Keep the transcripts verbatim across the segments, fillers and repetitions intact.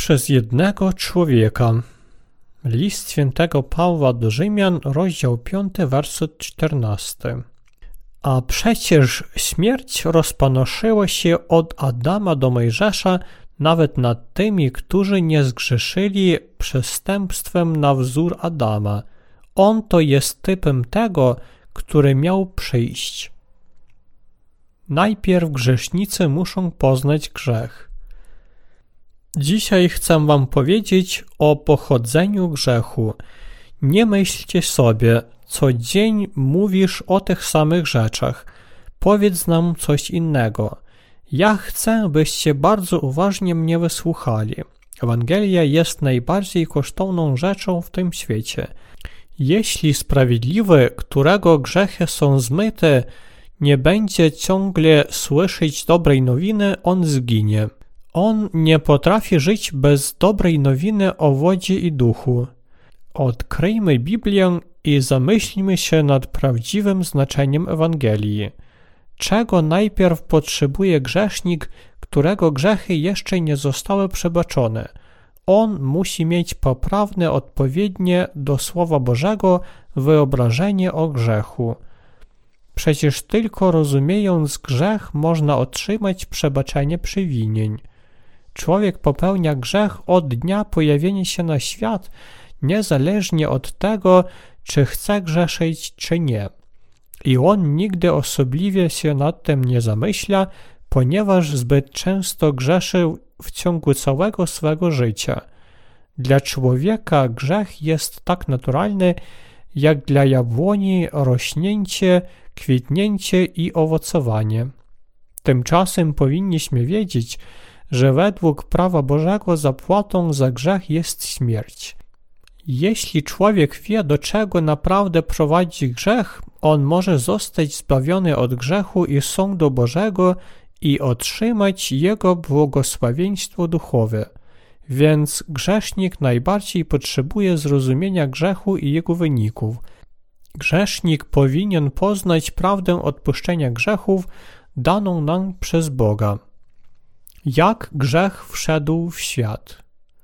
przez jednego człowieka. List świętego Pawła do Rzymian, rozdział piąty, werset czternasty. A przecież śmierć rozpanoszyła się od Adama do Mojżesza nawet nad tymi, którzy nie zgrzeszyli przestępstwem na wzór Adama. On to jest typem tego, który miał przyjść. Najpierw grzesznicy muszą poznać grzech. Dzisiaj chcę wam powiedzieć o pochodzeniu grzechu. Nie myślcie sobie, co dzień mówisz o tych samych rzeczach. Powiedz nam coś innego. Ja chcę, byście bardzo uważnie mnie wysłuchali. Ewangelia jest najbardziej kosztowną rzeczą w tym świecie. Jeśli sprawiedliwy, którego grzechy są zmyte, nie będzie ciągle słyszeć dobrej nowiny, on zginie. On nie potrafi żyć bez dobrej nowiny o wodzie i duchu. Odkryjmy Biblię i zamyślmy się nad prawdziwym znaczeniem Ewangelii. Czego najpierw potrzebuje grzesznik, którego grzechy jeszcze nie zostały przebaczone? On musi mieć poprawne, odpowiednie do Słowa Bożego wyobrażenie o grzechu. Przecież tylko rozumiejąc grzech można otrzymać przebaczenie przewinień. Człowiek popełnia grzech od dnia pojawienia się na świat, niezależnie od tego, czy chce grzeszyć, czy nie. I on nigdy osobliwie się nad tym nie zamyśla, ponieważ zbyt często grzeszył w ciągu całego swego życia. Dla człowieka grzech jest tak naturalny, jak dla jabłoni rośnięcie, kwitnięcie i owocowanie. Tymczasem powinniśmy wiedzieć, że według prawa Bożego zapłatą za grzech jest śmierć. Jeśli człowiek wie, do czego naprawdę prowadzi grzech, on może zostać zbawiony od grzechu i sądu Bożego i otrzymać Jego błogosławieństwo duchowe. Więc grzesznik najbardziej potrzebuje zrozumienia grzechu i jego wyników. Grzesznik powinien poznać prawdę odpuszczenia grzechów daną nam przez Boga. Jak grzech wszedł w świat?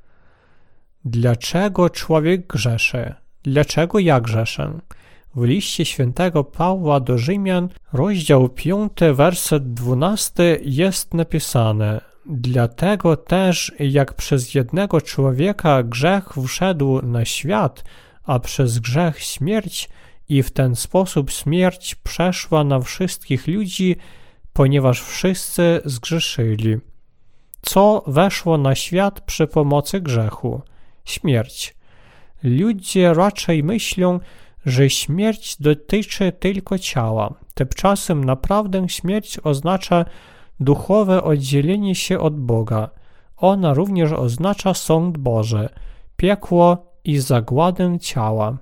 Dlaczego człowiek grzeszy? Dlaczego ja grzeszę? W liście świętego Pawła do Rzymian, rozdział piąty, werset dwunasty jest napisane: Dlatego też, jak przez jednego człowieka grzech wszedł na świat, a przez grzech śmierć, i w ten sposób śmierć przeszła na wszystkich ludzi, ponieważ wszyscy zgrzeszyli. Co weszło na świat przy pomocy grzechu? Śmierć. Ludzie raczej myślą, że śmierć dotyczy tylko ciała. Tymczasem naprawdę śmierć oznacza duchowe oddzielenie się od Boga. Ona również oznacza sąd Boży, piekło i zagładę ciała.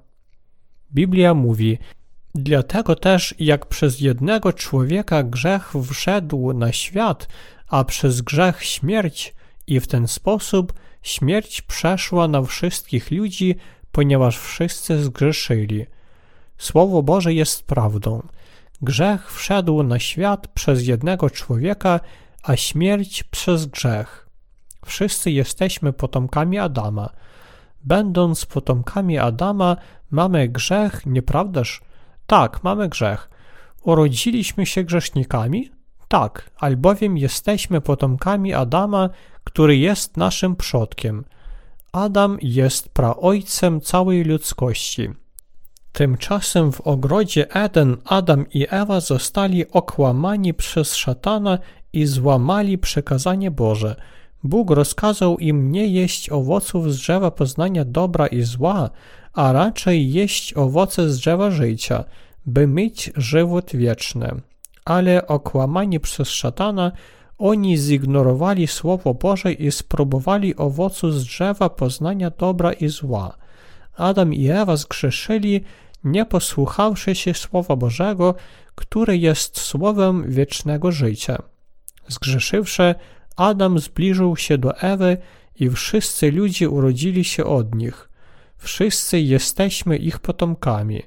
Biblia mówi: Dlatego też, jak przez jednego człowieka grzech wszedł na świat, a przez grzech śmierć, i w ten sposób śmierć przeszła na wszystkich ludzi, ponieważ wszyscy zgrzeszyli. Słowo Boże jest prawdą. Grzech wszedł na świat przez jednego człowieka, a śmierć przez grzech. Wszyscy jesteśmy potomkami Adama. Będąc potomkami Adama, mamy grzech, nieprawdaż? Tak, mamy grzech. Urodziliśmy się grzesznikami? Tak, albowiem jesteśmy potomkami Adama, który jest naszym przodkiem. Adam jest praojcem całej ludzkości. Tymczasem w ogrodzie Eden Adam i Ewa zostali okłamani przez szatana i złamali przykazanie Boże. Bóg rozkazał im nie jeść owoców z drzewa poznania dobra i zła, a raczej jeść owoce z drzewa życia, by mieć żywot wieczny. Ale okłamani przez szatana, oni zignorowali Słowo Boże i spróbowali owocu z drzewa poznania dobra i zła. Adam i Ewa zgrzeszyli, nie posłuchawszy się Słowa Bożego, które jest słowem wiecznego życia. Zgrzeszywszy, Adam zbliżył się do Ewy i wszyscy ludzie urodzili się od nich. Wszyscy jesteśmy ich potomkami.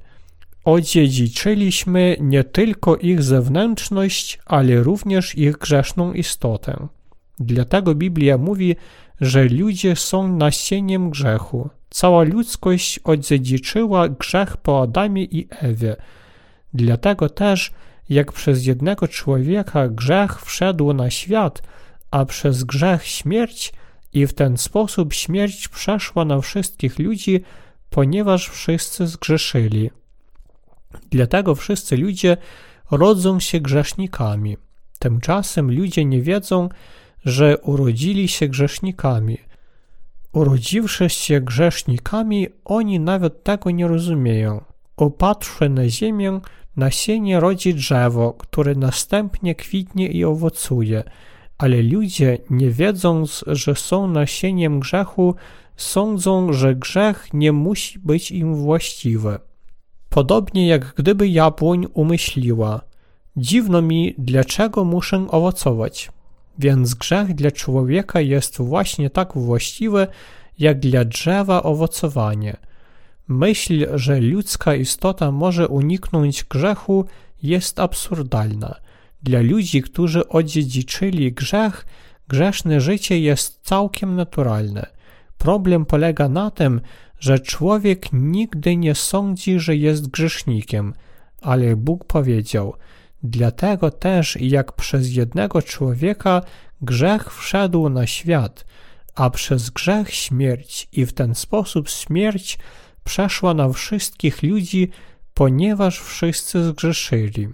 Odziedziczyliśmy nie tylko ich zewnętrzność, ale również ich grzeszną istotę. Dlatego Biblia mówi, że ludzie są nasieniem grzechu. Cała ludzkość odziedziczyła grzech po Adamie i Ewie. Dlatego też, jak przez jednego człowieka grzech wszedł na świat, a przez grzech śmierć, i w ten sposób śmierć przeszła na wszystkich ludzi, ponieważ wszyscy zgrzeszyli. Dlatego wszyscy ludzie rodzą się grzesznikami. Tymczasem ludzie nie wiedzą, że urodzili się grzesznikami. Urodziwszy się grzesznikami, oni nawet tego nie rozumieją. Upadłszy na ziemię, nasienie rodzi drzewo, które następnie kwitnie i owocuje, ale ludzie, nie wiedząc, że są nasieniem grzechu, sądzą, że grzech nie musi być im właściwy. Podobnie jak gdyby jabłoń umyśliła: dziwno mi, dlaczego muszę owocować. Więc grzech dla człowieka jest właśnie tak właściwy, jak dla drzewa owocowanie. Myśl, że ludzka istota może uniknąć grzechu, jest absurdalna. Dla ludzi, którzy odziedziczyli grzech, grzeszne życie jest całkiem naturalne. Problem polega na tym, że człowiek nigdy nie sądzi, że jest grzesznikiem, ale Bóg powiedział: dlatego też, jak przez jednego człowieka grzech wszedł na świat, a przez grzech śmierć, i w ten sposób śmierć przeszła na wszystkich ludzi, ponieważ wszyscy zgrzeszyli.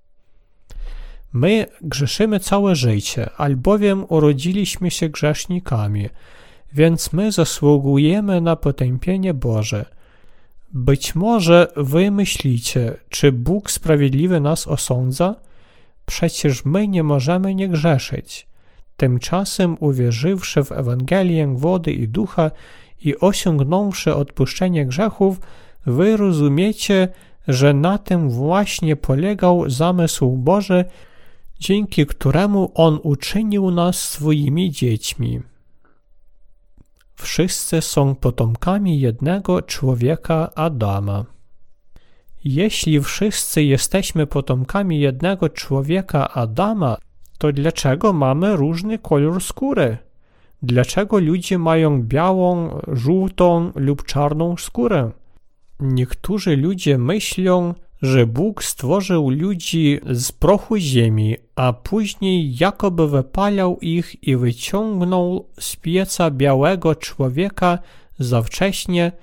My grzeszymy całe życie, albowiem urodziliśmy się grzesznikami, więc my zasługujemy na potępienie Boże. Być może wy myślicie, czy Bóg sprawiedliwy nas osądza? Przecież my nie możemy nie grzeszyć. Tymczasem, uwierzywszy w Ewangelię wody i ducha i osiągnąwszy odpuszczenie grzechów, wy rozumiecie, że na tym właśnie polegał zamysł Boży, dzięki któremu On uczynił nas swoimi dziećmi. Wszyscy są potomkami jednego człowieka, Adama. Jeśli wszyscy jesteśmy potomkami jednego człowieka, Adama, to dlaczego mamy różny kolor skóry? Dlaczego ludzie mają białą, żółtą lub czarną skórę? Niektórzy ludzie myślą, że Bóg stworzył ludzi z prochu ziemi, a później jakoby wypalał ich i wyciągnął z pieca białego człowieka za wcześnie,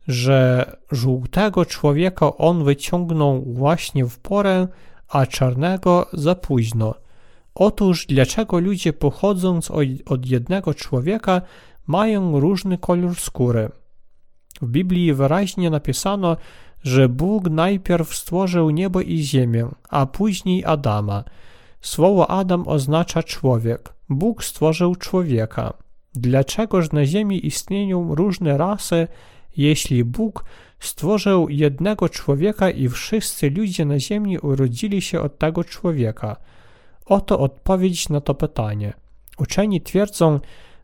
że żółtego człowieka on wyciągnął właśnie w porę, a czarnego za późno. Otóż dlaczego ludzie pochodząc od jednego człowieka mają różny kolor skóry? W Biblii wyraźnie napisano, że Bóg najpierw stworzył niebo i ziemię, a później Adama. Słowo Adam oznacza człowiek. Bóg stworzył człowieka. Dlaczegoż na ziemi istnieją różne rasy, jeśli Bóg stworzył jednego człowieka i wszyscy ludzie na ziemi urodzili się od tego człowieka? Oto odpowiedź na to pytanie. Uczeni twierdzą,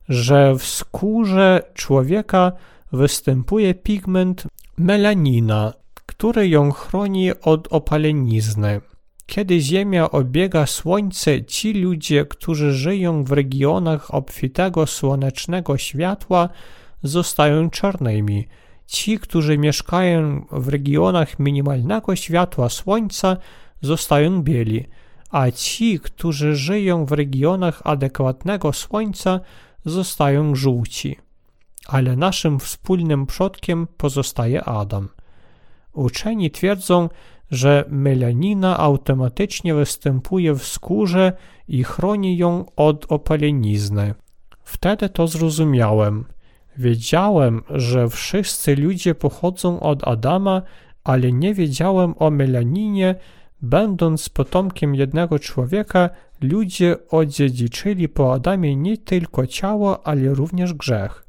że w skórze człowieka występuje pigment melanina, który ją chroni od opalenizny. Kiedy Ziemia obiega Słońce, ci ludzie, którzy żyją w regionach obfitego słonecznego światła, zostają czarnymi. Ci, którzy mieszkają w regionach minimalnego światła Słońca, zostają bieli, a ci, którzy żyją w regionach adekwatnego Słońca, zostają żółci. Ale naszym wspólnym przodkiem pozostaje Adam. Uczeni twierdzą, że melanina automatycznie występuje w skórze i chroni ją od opalenizny. Wtedy to zrozumiałem. Wiedziałem, że wszyscy ludzie pochodzą od Adama, ale nie wiedziałem o melaninie. Będąc potomkiem jednego człowieka, ludzie odziedziczyli po Adamie nie tylko ciało, ale również grzech.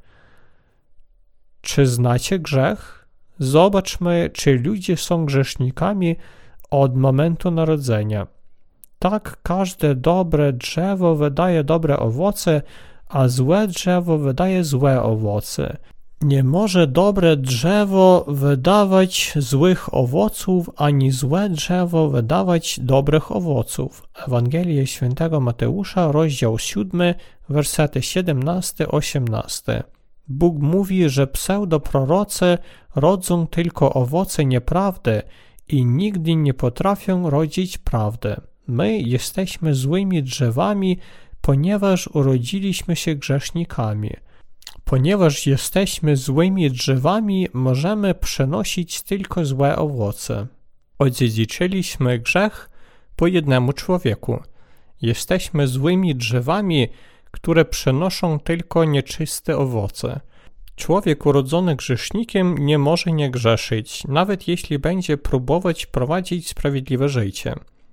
Czy znacie grzech? Zobaczmy, czy ludzie są grzesznikami od momentu narodzenia. Tak, każde dobre drzewo wydaje dobre owoce, a złe drzewo wydaje złe owoce. Nie może dobre drzewo wydawać złych owoców, ani złe drzewo wydawać dobrych owoców. Ewangelia Świętego Mateusza, rozdział siódmy, wersety siedemnasty osiemnasty. Bóg mówi, że pseudoprorocy rodzą tylko owoce nieprawdy i nigdy nie potrafią rodzić prawdy. My jesteśmy złymi drzewami, ponieważ urodziliśmy się grzesznikami. Ponieważ jesteśmy złymi drzewami, możemy przynosić tylko złe owoce. Odziedziczyliśmy grzech po jednemu człowieku. Jesteśmy złymi drzewami, które przynoszą tylko nieczyste owoce. Człowiek urodzony grzesznikiem nie może nie grzeszyć, nawet jeśli będzie próbować prowadzić sprawiedliwe życie.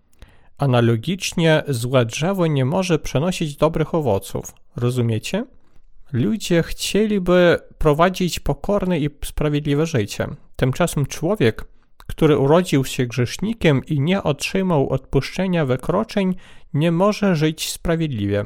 Analogicznie złe drzewo nie może przynosić dobrych owoców. Rozumiecie? Ludzie chcieliby prowadzić pokorne i sprawiedliwe życie. Tymczasem człowiek, który urodził się grzesznikiem i nie otrzymał odpuszczenia wykroczeń, nie może żyć sprawiedliwie.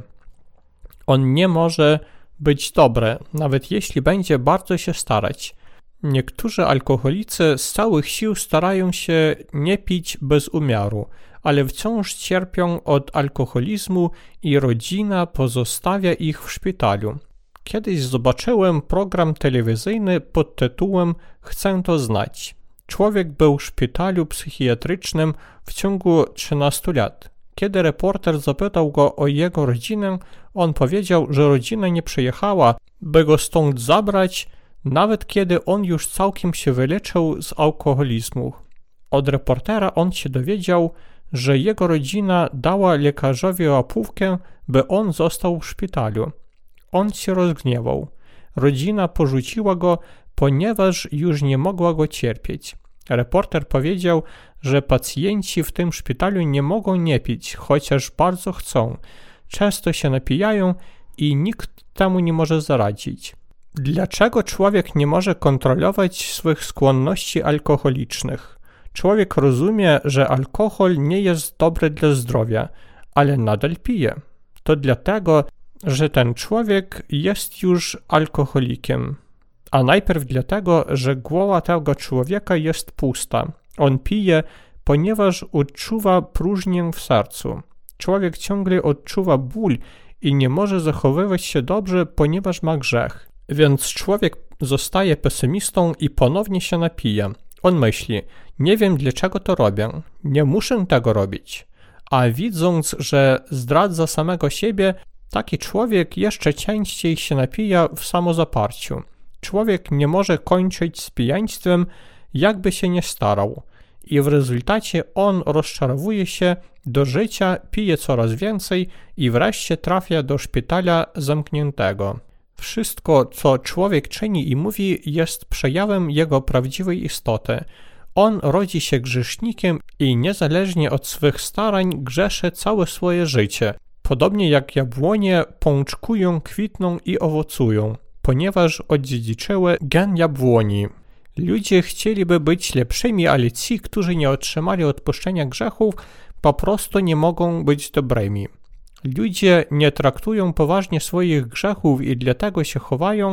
On nie może być dobry, nawet jeśli będzie bardzo się starać. Niektórzy alkoholicy z całych sił starają się nie pić bez umiaru, ale wciąż cierpią od alkoholizmu i rodzina pozostawia ich w szpitalu. Kiedyś zobaczyłem program telewizyjny pod tytułem „Chcę to znać”. Człowiek był w szpitalu psychiatrycznym w ciągu trzynastu lat. Kiedy reporter zapytał go o jego rodzinę, on powiedział, że rodzina nie przyjechała, by go stąd zabrać, nawet kiedy on już całkiem się wyleczył z alkoholizmu. Od reportera on się dowiedział, że jego rodzina dała lekarzowi łapówkę, by on został w szpitalu. On się rozgniewał. Rodzina porzuciła go, ponieważ już nie mogła go cierpieć. Reporter powiedział, że pacjenci w tym szpitalu nie mogą nie pić, chociaż bardzo chcą. Często się napijają i nikt temu nie może zaradzić. Dlaczego człowiek nie może kontrolować swych skłonności alkoholicznych? Człowiek rozumie, że alkohol nie jest dobry dla zdrowia, ale nadal pije. To dlatego, że ten człowiek jest już alkoholikiem. A najpierw dlatego, że głowa tego człowieka jest pusta. On pije, ponieważ odczuwa próżnię w sercu. Człowiek ciągle odczuwa ból i nie może zachowywać się dobrze, ponieważ ma grzech. Więc człowiek zostaje pesymistą i ponownie się napija. On myśli, nie wiem dlaczego to robię, nie muszę tego robić. A widząc, że zdradza samego siebie, taki człowiek jeszcze częściej się napija w samozaparciu. Człowiek nie może kończyć z pijaństwem, jakby się nie starał. I w rezultacie on rozczarowuje się do życia, pije coraz więcej i wreszcie trafia do szpitala zamkniętego. Wszystko, co człowiek czyni i mówi, jest przejawem jego prawdziwej istoty. On rodzi się grzesznikiem i niezależnie od swych starań grzeszy całe swoje życie. Podobnie jak jabłonie pączkują, kwitną i owocują, ponieważ odziedziczyły gen jabłoni. Ludzie chcieliby być lepszymi, ale ci, którzy nie otrzymali odpuszczenia grzechów, po prostu nie mogą być dobrymi. Ludzie nie traktują poważnie swoich grzechów i dlatego się chowają,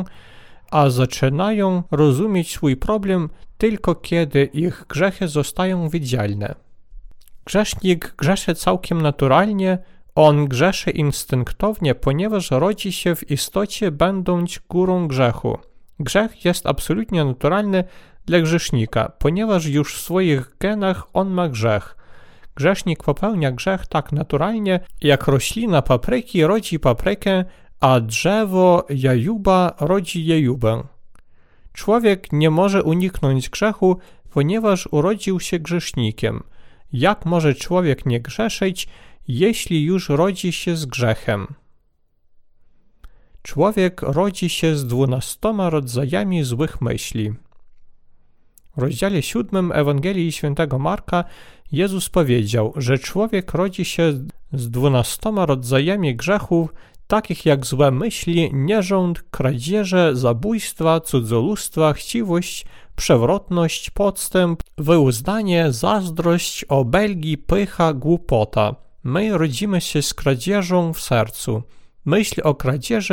a zaczynają rozumieć swój problem tylko kiedy ich grzechy zostają widzialne. Grzesznik grzeszy całkiem naturalnie, on grzeszy instynktownie, ponieważ rodzi się w istocie będąc górą grzechu. Grzech jest absolutnie naturalny dla grzesznika, ponieważ już w swoich genach on ma grzech. Grzesznik popełnia grzech tak naturalnie, jak roślina papryki rodzi paprykę, a drzewo jajuba rodzi jajubę. Człowiek nie może uniknąć grzechu, ponieważ urodził się grzesznikiem. Jak może człowiek nie grzeszyć, jeśli już rodzi się z grzechem? Człowiek rodzi się z dwunastoma rodzajami złych myśli. W rozdziale siódmym Ewangelii Świętego Marka Jezus powiedział, że człowiek rodzi się z dwunastoma rodzajami grzechów, takich jak złe myśli, nierząd, kradzieże, zabójstwa, cudzolóstwa, chciwość, przewrotność, podstęp, wyuzdanie, zazdrość, obelgi, pycha, głupota. My rodzimy się z kradzieżą w sercu. Myśl o kradzieży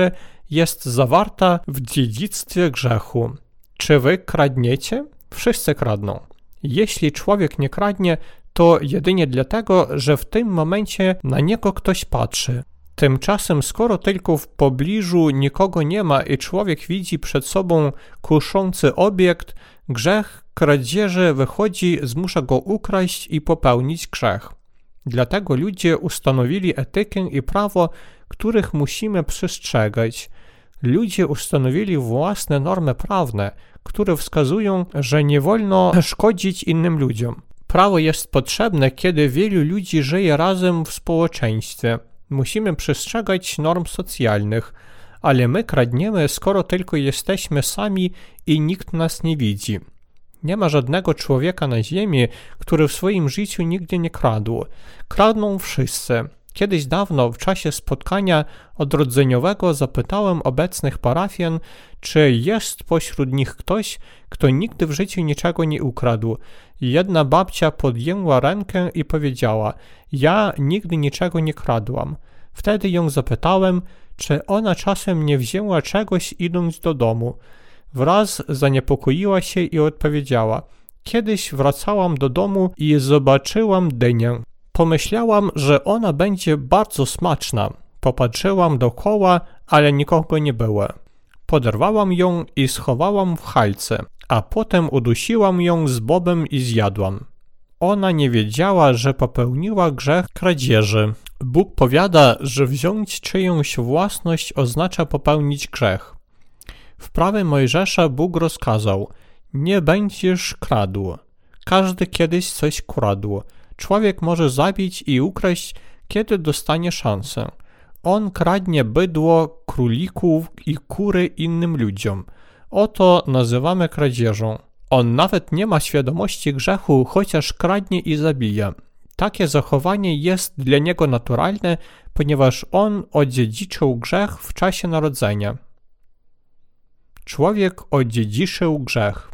jest zawarta w dziedzictwie grzechu. Czy wy kradniecie? Wszyscy kradną. Jeśli człowiek nie kradnie, to jedynie dlatego, że w tym momencie na niego ktoś patrzy. Tymczasem, skoro tylko w pobliżu nikogo nie ma i człowiek widzi przed sobą kuszący obiekt, grzech kradzieży wychodzi, zmusza go ukraść i popełnić grzech. Dlatego ludzie ustanowili etykę i prawo, których musimy przestrzegać. Ludzie ustanowili własne normy prawne, które wskazują, że nie wolno szkodzić innym ludziom. Prawo jest potrzebne, kiedy wielu ludzi żyje razem w społeczeństwie. Musimy przestrzegać norm socjalnych, ale my kradniemy, skoro tylko jesteśmy sami i nikt nas nie widzi. Nie ma żadnego człowieka na ziemi, który w swoim życiu nigdy nie kradł. Kradną wszyscy. Kiedyś dawno, w czasie spotkania odrodzeniowego, zapytałem obecnych parafian, czy jest pośród nich ktoś, kto nigdy w życiu niczego nie ukradł. Jedna babcia podjęła rękę i powiedziała: ja nigdy niczego nie kradłam. Wtedy ją zapytałem, czy ona czasem nie wzięła czegoś idąc do domu. Wraz zaniepokoiła się i odpowiedziała: kiedyś wracałam do domu i zobaczyłam dynię. Pomyślałam, że ona będzie bardzo smaczna. Popatrzyłam dookoła, ale nikogo nie było. Poderwałam ją i schowałam w halce, a potem udusiłam ją z bobem i zjadłam. Ona nie wiedziała, że popełniła grzech kradzieży. Bóg powiada, że wziąć czyjąś własność oznacza popełnić grzech. W prawie Mojżesza Bóg rozkazał: nie będziesz kradł. Każdy kiedyś coś kradł. Człowiek może zabić i ukraść, kiedy dostanie szansę. On kradnie bydło, królików i kury innym ludziom. Oto nazywamy kradzieżą. On nawet nie ma świadomości grzechu, chociaż kradnie i zabija. Takie zachowanie jest dla niego naturalne, ponieważ on odziedziczył grzech w czasie narodzenia. Człowiek odziedziczył grzech.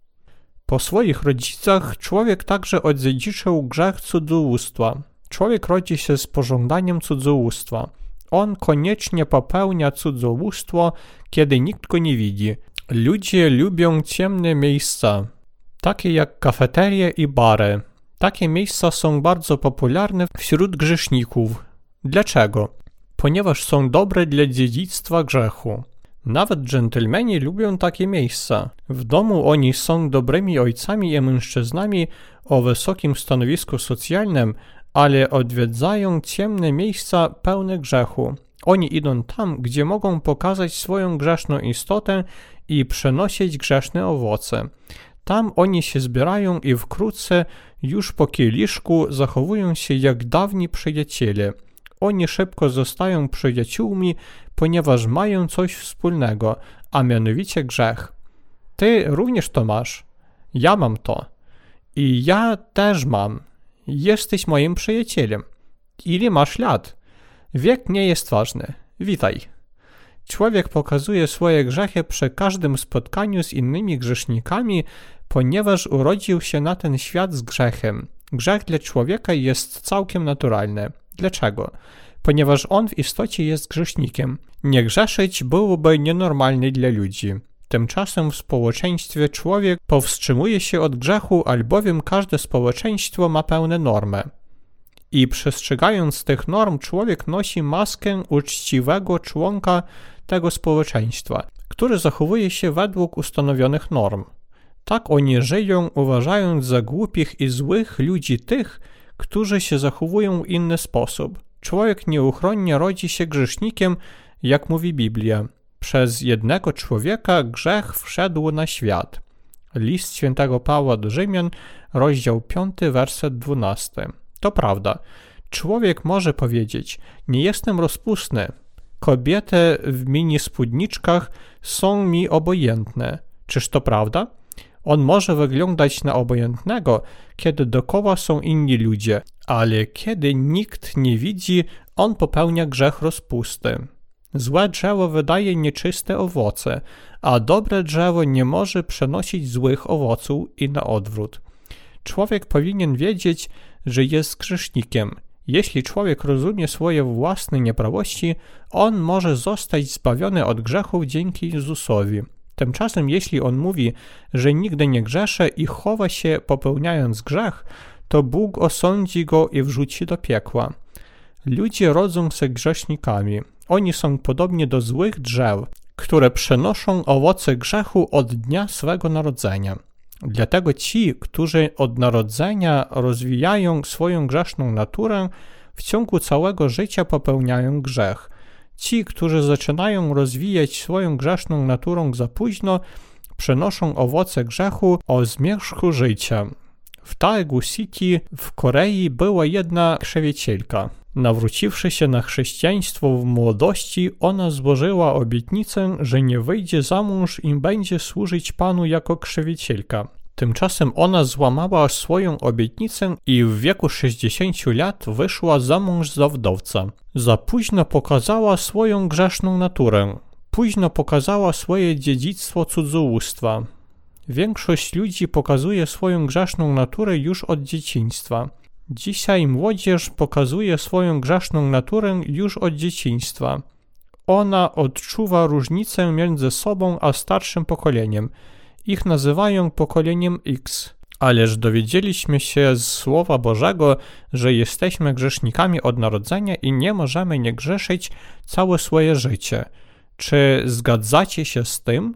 Po swoich rodzicach człowiek także odziedziczył grzech cudzołóstwa. Człowiek rodzi się z pożądaniem cudzołóstwa. On koniecznie popełnia cudzołóstwo, kiedy nikt go nie widzi. Ludzie lubią ciemne miejsca, takie jak kafeterie i bary. Takie miejsca są bardzo popularne wśród grzeszników. Dlaczego? Ponieważ są dobre dla dziedzictwa grzechu. Nawet dżentelmeni lubią takie miejsca. W domu oni są dobrymi ojcami i mężczyznami o wysokim stanowisku socjalnym, ale odwiedzają ciemne miejsca pełne grzechu. Oni idą tam, gdzie mogą pokazać swoją grzeszną istotę i przynosić grzeszne owoce. Tam oni się zbierają i wkrótce, już po kieliszku, zachowują się jak dawni przyjaciele. Oni szybko zostają przyjaciółmi, ponieważ mają coś wspólnego, a mianowicie grzech. Ty również to masz. Ja mam to. I ja też mam. Jesteś moim przyjacielem. Ile masz lat? Wiek nie jest ważny. Witaj. Człowiek pokazuje swoje grzechy przy każdym spotkaniu z innymi grzesznikami, ponieważ urodził się na ten świat z grzechem. Grzech dla człowieka jest całkiem naturalny. Dlaczego? Ponieważ on w istocie jest grzesznikiem. Nie grzeszyć byłoby nienormalne dla ludzi. Tymczasem w społeczeństwie człowiek powstrzymuje się od grzechu, albowiem każde społeczeństwo ma pewne normy. I przestrzegając tych norm, człowiek nosi maskę uczciwego członka tego społeczeństwa, który zachowuje się według ustanowionych norm. Tak oni żyją, uważając za głupich i złych ludzi tych, którzy się zachowują w inny sposób. Człowiek nieuchronnie rodzi się grzesznikiem, jak mówi Biblia. Przez jednego człowieka grzech wszedł na świat. List świętego Pawła do Rzymian, rozdział piąty, werset dwunasty. To prawda. Człowiek może powiedzieć: nie jestem rozpustny. Kobiety w mini spódniczkach są mi obojętne. Czyż to prawda? On może wyglądać na obojętnego, kiedy dookoła są inni ludzie, ale kiedy nikt nie widzi, on popełnia grzech rozpusty. Złe drzewo wydaje nieczyste owoce, a dobre drzewo nie może przenosić złych owoców i na odwrót. Człowiek powinien wiedzieć, że jest grzesznikiem. Jeśli człowiek rozumie swoje własne nieprawości, on może zostać zbawiony od grzechów dzięki Jezusowi. Tymczasem jeśli on mówi, że nigdy nie grzeszy i chowa się popełniając grzech, to Bóg osądzi go i wrzuci do piekła. Ludzie rodzą się grzesznikami. Oni są podobni do złych drzew, które przynoszą owoce grzechu od dnia swego narodzenia. Dlatego ci, którzy od narodzenia rozwijają swoją grzeszną naturę, w ciągu całego życia popełniają grzech. Ci, którzy zaczynają rozwijać swoją grzeszną naturę za późno, przynoszą owoce grzechu o zmierzchu życia. W Daegu City w Korei była jedna krzewicielka. Nawróciwszy się na chrześcijaństwo w młodości, ona złożyła obietnicę, że nie wyjdzie za mąż i będzie służyć Panu jako krzewicielka. Tymczasem ona złamała swoją obietnicę i w wieku sześćdziesięciu lat wyszła za mąż za wdowca. Za późno pokazała swoją grzeszną naturę. Późno pokazała swoje dziedzictwo cudzołóstwa. Większość ludzi pokazuje swoją grzeszną naturę już od dzieciństwa. Dzisiaj młodzież pokazuje swoją grzeszną naturę już od dzieciństwa. Ona odczuwa różnicę między sobą a starszym pokoleniem. Ich nazywają pokoleniem X. Ależ dowiedzieliśmy się z Słowa Bożego, że jesteśmy grzesznikami od narodzenia i nie możemy nie grzeszyć całe swoje życie. Czy zgadzacie się z tym?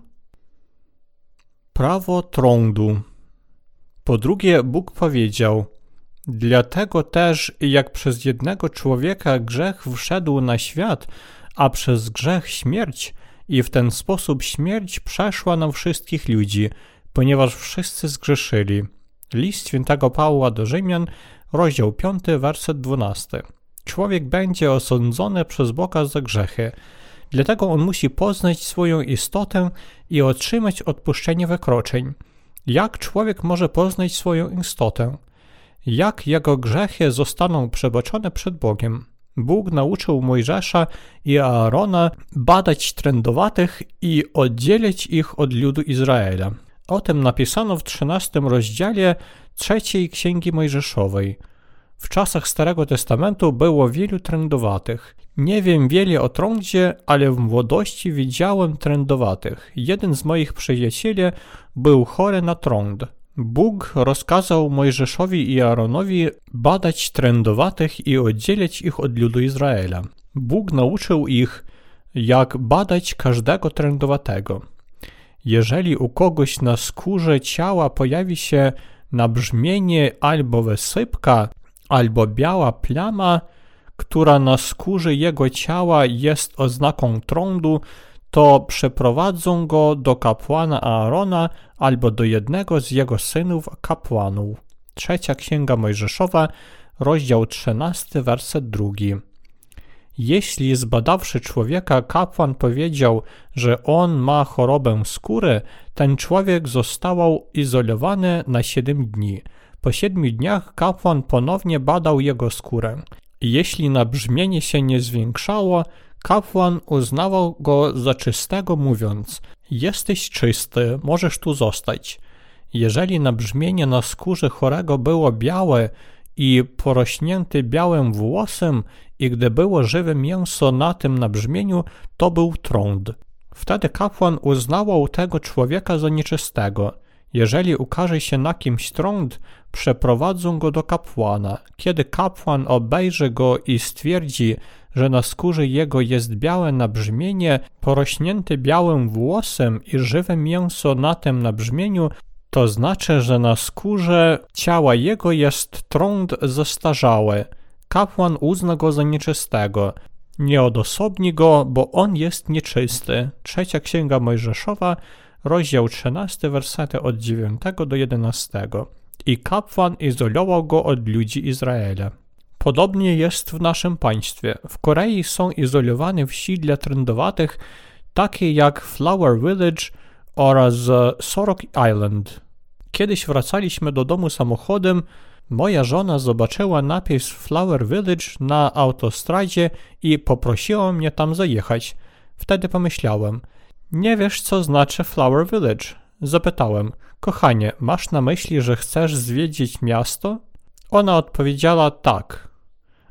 Prawo trądu. Po drugie, Bóg powiedział: dlatego też, jak przez jednego człowieka grzech wszedł na świat, a przez grzech śmierć, i w ten sposób śmierć przeszła na wszystkich ludzi, ponieważ wszyscy zgrzeszyli. List świętego Pawła do Rzymian, rozdział piąty, werset dwunasty. Człowiek będzie osądzony przez Boga za grzechy. Dlatego on musi poznać swoją istotę i otrzymać odpuszczenie wykroczeń. Jak człowiek może poznać swoją istotę? Jak jego grzechy zostaną przebaczone przed Bogiem? Bóg nauczył Mojżesza i Aarona badać trędowatych i oddzielić ich od ludu Izraela. O tym napisano w trzynastym rozdziale trzeciej Księgi Mojżeszowej. W czasach Starego Testamentu było wielu trędowatych. Nie wiem wiele o trądzie, ale w młodości widziałem trędowatych. Jeden z moich przyjacieli był chory na trąd. Bóg rozkazał Mojżeszowi i Aaronowi badać trędowatych i oddzielić ich od ludu Izraela. Bóg nauczył ich, jak badać każdego trędowatego. Jeżeli u kogoś na skórze ciała pojawi się nabrzmienie albo wysypka, albo biała plama, która na skórze jego ciała jest oznaką trądu, to przeprowadzą go do kapłana Aarona albo do jednego z jego synów kapłanów. Trzecia Księga Mojżeszowa, rozdział trzynasty, werset drugi. Jeśli zbadawszy człowieka kapłan powiedział, że on ma chorobę skóry, ten człowiek został izolowany na siedem dni. Po siedmiu dniach kapłan ponownie badał jego skórę. Jeśli nabrzmienie się nie zwiększało, kapłan uznawał go za czystego, mówiąc: jesteś czysty, możesz tu zostać. Jeżeli nabrzmienie na skórze chorego było białe i porośnięte białym włosem i gdy było żywe mięso na tym nabrzmieniu, to był trąd. Wtedy kapłan uznawał tego człowieka za nieczystego. Jeżeli ukaże się na kimś trąd, przeprowadzą go do kapłana. Kiedy kapłan obejrzy go i stwierdzi, że na skórze jego jest białe nabrzmienie, porośnięte białym włosem i żywe mięso na tym nabrzmieniu, to znaczy, że na skórze ciała jego jest trąd zestarzały. Kapłan uzna go za nieczystego. Nie odosobni go, bo on jest nieczysty. Trzecia Księga Mojżeszowa, rozdział trzynasty, wersety od dziewiątego do jedenastego. I kapłan izolował go od ludzi Izraela. Podobnie jest w naszym państwie. W Korei są izolowane wsi dla trędowatych, takie jak Flower Village oraz Sorok Island. Kiedyś wracaliśmy do domu samochodem, moja żona zobaczyła napis Flower Village na autostradzie i poprosiła mnie tam zajechać. Wtedy pomyślałem: nie wiesz, co znaczy Flower Village? Zapytałem: kochanie, masz na myśli, że chcesz zwiedzić miasto? Ona odpowiedziała: tak.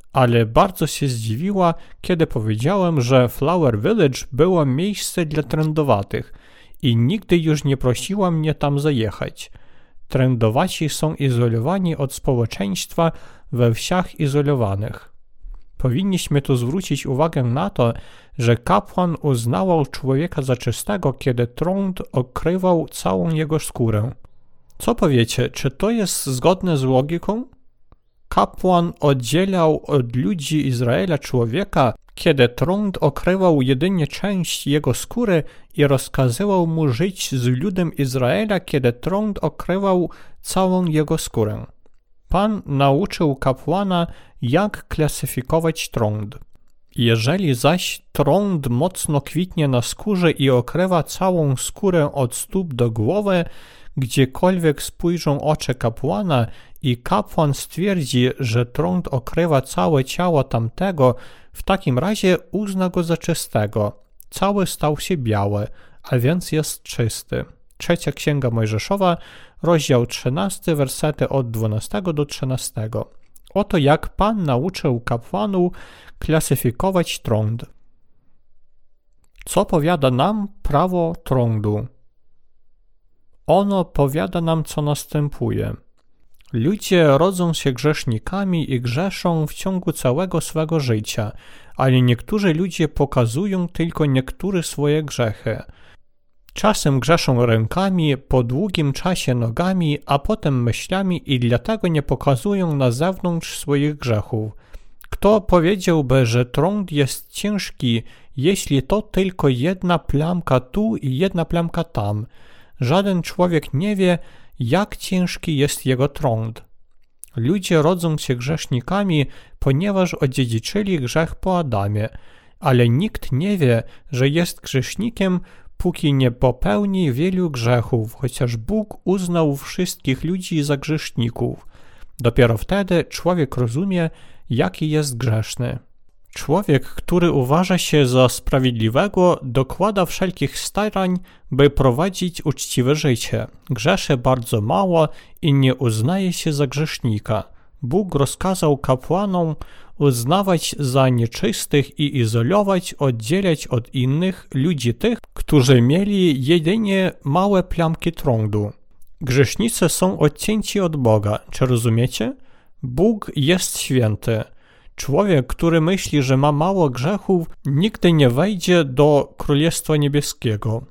ale bardzo się zdziwiła, kiedy powiedziałem, że Flower Village było miejsce dla trędowatych i nigdy już nie prosiła mnie tam zajechać. Trędowaci są izolowani od społeczeństwa we wsiach izolowanych. Powinniśmy tu zwrócić uwagę na to, że kapłan uznawał człowieka za czystego, kiedy trąd okrywał całą jego skórę. Co powiecie, czy to jest zgodne z logiką? Kapłan oddzielał od ludzi Izraela człowieka, kiedy trąd okrywał jedynie część jego skóry i rozkazywał mu żyć z ludem Izraela, kiedy trąd okrywał całą jego skórę. Pan nauczył kapłana, jak klasyfikować trąd. Jeżeli zaś trąd mocno kwitnie na skórze i okrywa całą skórę od stóp do głowy, gdziekolwiek spojrzą oczy kapłana i kapłan stwierdzi, że trąd okrywa całe ciało tamtego, w takim razie uzna go za czystego. Cały stał się biały, a więc jest czysty. Trzecia Księga Mojżeszowa, rozdział trzynasty, wersety od dwunastego do trzynastego. Oto jak Pan nauczył kapłanu klasyfikować trąd. Co powiada nam prawo trądu? Ono powiada nam, co następuje. Ludzie rodzą się grzesznikami i grzeszą w ciągu całego swego życia, ale niektórzy ludzie pokazują tylko niektóre swoje grzechy. Czasem grzeszą rękami, po długim czasie nogami, a potem myślami i dlatego nie pokazują na zewnątrz swoich grzechów. Kto powiedziałby, że trąd jest ciężki, jeśli to tylko jedna plamka tu i jedna plamka tam? Żaden człowiek nie wie, jak ciężki jest jego trąd. Ludzie rodzą się grzesznikami, ponieważ odziedziczyli grzech po Adamie, ale nikt nie wie, że jest grzesznikiem, póki nie popełni wielu grzechów, chociaż Bóg uznał wszystkich ludzi za grzeszników. Dopiero wtedy człowiek rozumie, jaki jest grzeszny. Człowiek, który uważa się za sprawiedliwego, dokłada wszelkich starań, by prowadzić uczciwe życie. Grzeszy bardzo mało i nie uznaje się za grzesznika. Bóg rozkazał kapłanom uznawać za nieczystych i izolować, oddzielać od innych ludzi tych, którzy mieli jedynie małe plamki trądu. Grzesznicy są odcięci od Boga. Czy rozumiecie? Bóg jest święty. Człowiek, który myśli, że ma mało grzechów, nigdy nie wejdzie do Królestwa Niebieskiego.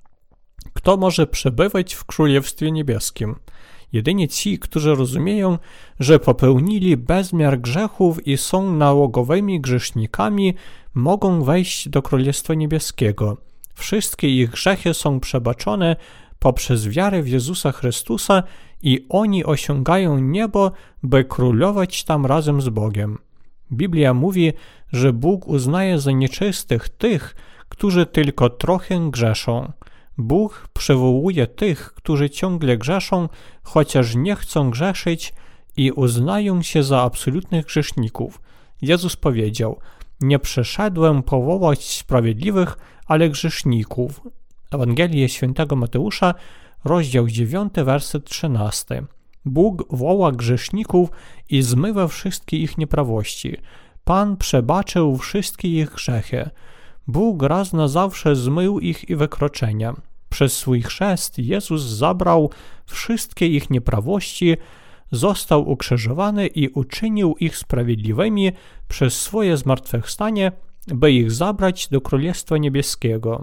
Kto może przebywać w Królestwie Niebieskim? Jedynie ci, którzy rozumieją, że popełnili bezmiar grzechów i są nałogowymi grzesznikami, mogą wejść do Królestwa Niebieskiego. Wszystkie ich grzechy są przebaczone poprzez wiarę w Jezusa Chrystusa i oni osiągają niebo, by królować tam razem z Bogiem. Biblia mówi, że Bóg uznaje za nieczystych tych, którzy tylko trochę grzeszą. Bóg przywołuje tych, którzy ciągle grzeszą, chociaż nie chcą grzeszyć i uznają się za absolutnych grzeszników. Jezus powiedział: nie przyszedłem powołać sprawiedliwych, ale grzeszników. Ewangelię Świętego Mateusza, rozdział dziewiąty, werset trzynasty. Bóg woła grzeszników i zmywa wszystkie ich nieprawości. Pan przebaczył wszystkie ich grzechy. Bóg raz na zawsze zmył ich i wykroczenia. Przez swój chrzest Jezus zabrał wszystkie ich nieprawości, został ukrzyżowany i uczynił ich sprawiedliwymi przez swoje zmartwychwstanie, by ich zabrać do Królestwa Niebieskiego.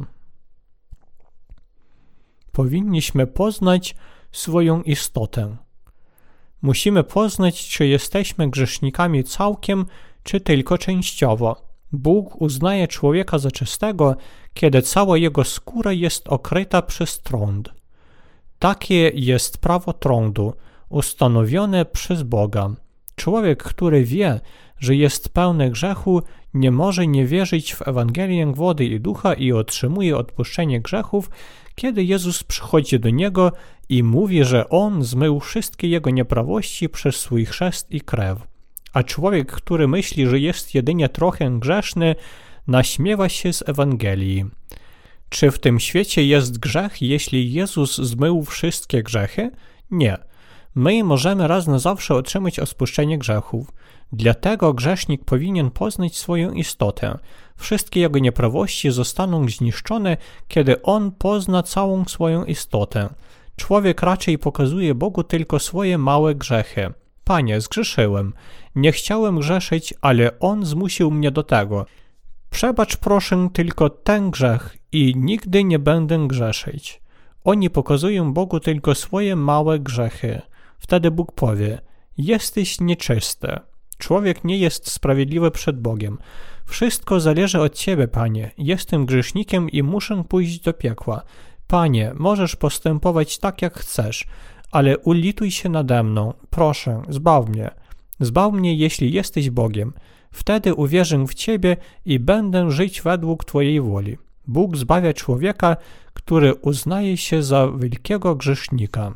Powinniśmy poznać swoją istotę. Musimy poznać, czy jesteśmy grzesznikami całkiem, czy tylko częściowo. Bóg uznaje człowieka za czystego, kiedy cała jego skóra jest okryta przez trąd. Takie jest prawo trądu, ustanowione przez Boga. Człowiek, który wie, że jest pełny grzechu, nie może nie wierzyć w Ewangelię wody i ducha i otrzymuje odpuszczenie grzechów, kiedy Jezus przychodzi do niego i mówi, że On zmył wszystkie jego nieprawości przez swój chrzest i krew. A człowiek, który myśli, że jest jedynie trochę grzeszny, naśmiewa się z Ewangelii. Czy w tym świecie jest grzech, jeśli Jezus zmył wszystkie grzechy? Nie. My możemy raz na zawsze otrzymać odpuszczenie grzechów. Dlatego grzesznik powinien poznać swoją istotę. Wszystkie jego nieprawości zostaną zniszczone, kiedy on pozna całą swoją istotę. Człowiek raczej pokazuje Bogu tylko swoje małe grzechy. Panie, zgrzeszyłem. Nie chciałem grzeszyć, ale On zmusił mnie do tego. Przebacz proszę tylko ten grzech i nigdy nie będę grzeszyć. Oni pokazują Bogu tylko swoje małe grzechy. Wtedy Bóg powie, jesteś nieczysty. Człowiek nie jest sprawiedliwy przed Bogiem. Wszystko zależy od Ciebie, Panie. Jestem grzesznikiem i muszę pójść do piekła. Panie, możesz postępować tak, jak chcesz, ale ulituj się nade mną. Proszę, zbaw mnie. Zbaw mnie, jeśli jesteś Bogiem. Wtedy uwierzę w Ciebie i będę żyć według Twojej woli. Bóg zbawia człowieka, który uznaje się za wielkiego grzesznika.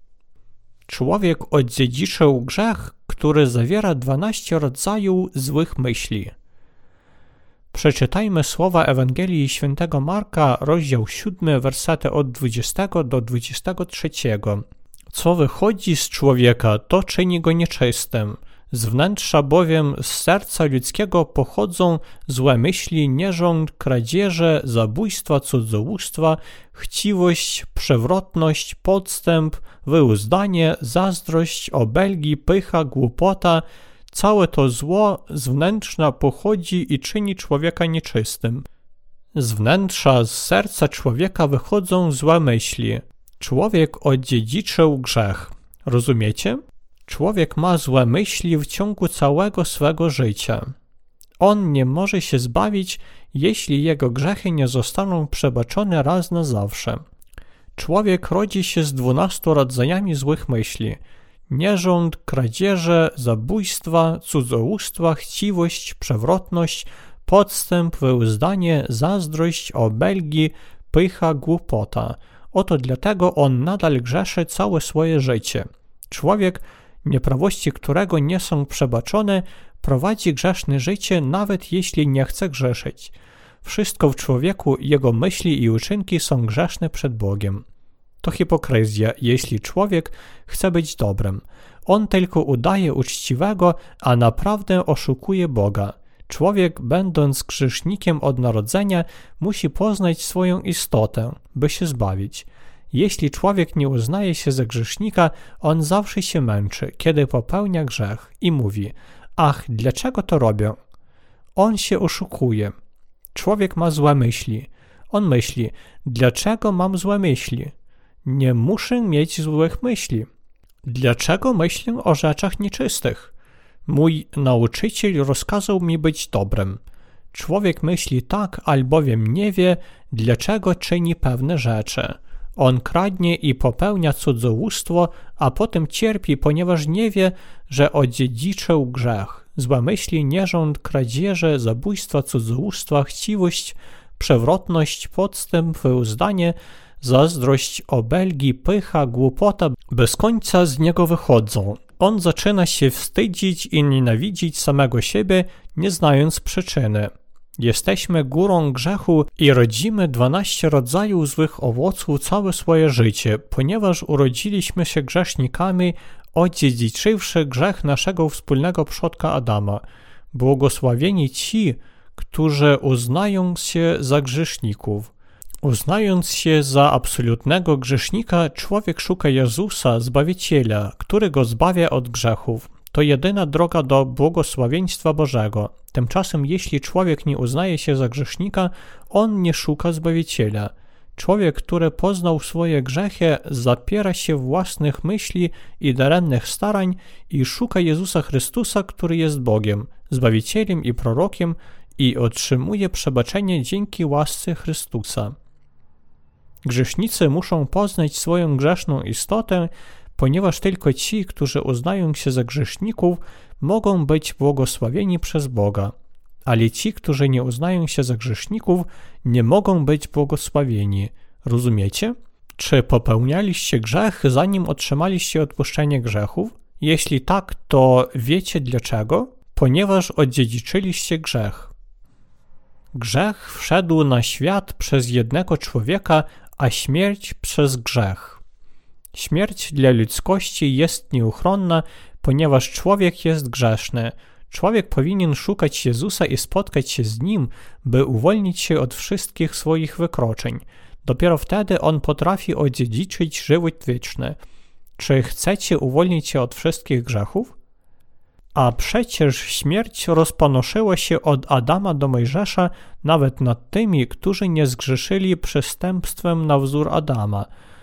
Człowiek odziedziczył grzech, który zawiera dwanaście rodzajów złych myśli. Przeczytajmy słowa Ewangelii Świętego Marka, rozdział siódmy, wersety od dwudziestego do dwudziestego trzeciego. Co wychodzi z człowieka, to czyni go nieczystym. Z wnętrza bowiem z serca ludzkiego pochodzą złe myśli, nierząd, kradzieże, zabójstwa, cudzołóstwa, chciwość, przewrotność, podstęp, wyuzdanie, zazdrość, obelgi, pycha, głupota. Całe to zło z wnętrza pochodzi i czyni człowieka nieczystym. Z wnętrza, z serca człowieka wychodzą złe myśli. Człowiek odziedziczył grzech. Rozumiecie? Człowiek ma złe myśli w ciągu całego swego życia. On nie może się zbawić, jeśli jego grzechy nie zostaną przebaczone raz na zawsze. Człowiek rodzi się z dwunastu rodzajami złych myśli. Nierząd, kradzieże, zabójstwa, cudzołóstwa, chciwość, przewrotność, podstęp, wyuzdanie, zazdrość, obelgi, pycha, głupota. Oto dlatego on nadal grzeszy całe swoje życie. Człowiek, nieprawości którego nie są przebaczone, prowadzi grzeszne życie, nawet jeśli nie chce grzeszyć. Wszystko w człowieku, jego myśli i uczynki są grzeszne przed Bogiem. To hipokryzja, jeśli człowiek chce być dobrym. On tylko udaje uczciwego, a naprawdę oszukuje Boga. Człowiek, będąc grzesznikiem od narodzenia, musi poznać swoją istotę, by się zbawić. Jeśli człowiek nie uznaje się za grzesznika, on zawsze się męczy, kiedy popełnia grzech i mówi, ach, dlaczego to robię? On się oszukuje. Człowiek ma złe myśli. On myśli, dlaczego mam złe myśli? Nie muszę mieć złych myśli. Dlaczego myślę o rzeczach nieczystych? Mój nauczyciel rozkazał mi być dobrym. Człowiek myśli tak, albowiem nie wie, dlaczego czyni pewne rzeczy. On kradnie i popełnia cudzołóstwo, a potem cierpi, ponieważ nie wie, że odziedziczył grzech. Złe myśli, nierząd, kradzieże, zabójstwa, cudzołóstwa, chciwość, przewrotność, podstęp, wyuzdanie, zazdrość, obelgi, pycha, głupota bez końca z niego wychodzą. On zaczyna się wstydzić i nienawidzić samego siebie, nie znając przyczyny. Jesteśmy górą grzechu i rodzimy dwanaście rodzajów złych owoców całe swoje życie, ponieważ urodziliśmy się grzesznikami, odziedziczywszy grzech naszego wspólnego przodka Adama. Błogosławieni ci, którzy uznają się za grzeszników. Uznając się za absolutnego grzesznika, człowiek szuka Jezusa, Zbawiciela, który go zbawia od grzechów. To jedyna droga do błogosławieństwa Bożego. Tymczasem, jeśli człowiek nie uznaje się za grzesznika, on nie szuka Zbawiciela. Człowiek, który poznał swoje grzechy, zapiera się własnych myśli i daremnych starań i szuka Jezusa Chrystusa, który jest Bogiem, Zbawicielem i prorokiem i otrzymuje przebaczenie dzięki łasce Chrystusa. Grzesznicy muszą poznać swoją grzeszną istotę, ponieważ tylko ci, którzy uznają się za grzeszników, mogą być błogosławieni przez Boga, ale ci, którzy nie uznają się za grzeszników, nie mogą być błogosławieni. Rozumiecie? Czy popełnialiście grzech, zanim otrzymaliście odpuszczenie grzechów? Jeśli tak, to wiecie dlaczego? Ponieważ odziedziczyliście grzech. Grzech wszedł na świat przez jednego człowieka, a śmierć przez grzech. Śmierć dla ludzkości jest nieuchronna, ponieważ człowiek jest grzeszny. Człowiek powinien szukać Jezusa i spotkać się z Nim, by uwolnić się od wszystkich swoich wykroczeń. Dopiero wtedy on potrafi odziedziczyć żywot wieczny. Czy chcecie uwolnić się od wszystkich grzechów? A przecież śmierć rozpanoszyła się od Adama do Mojżesza nawet nad tymi, którzy nie zgrzeszyli przestępstwem na wzór Adama.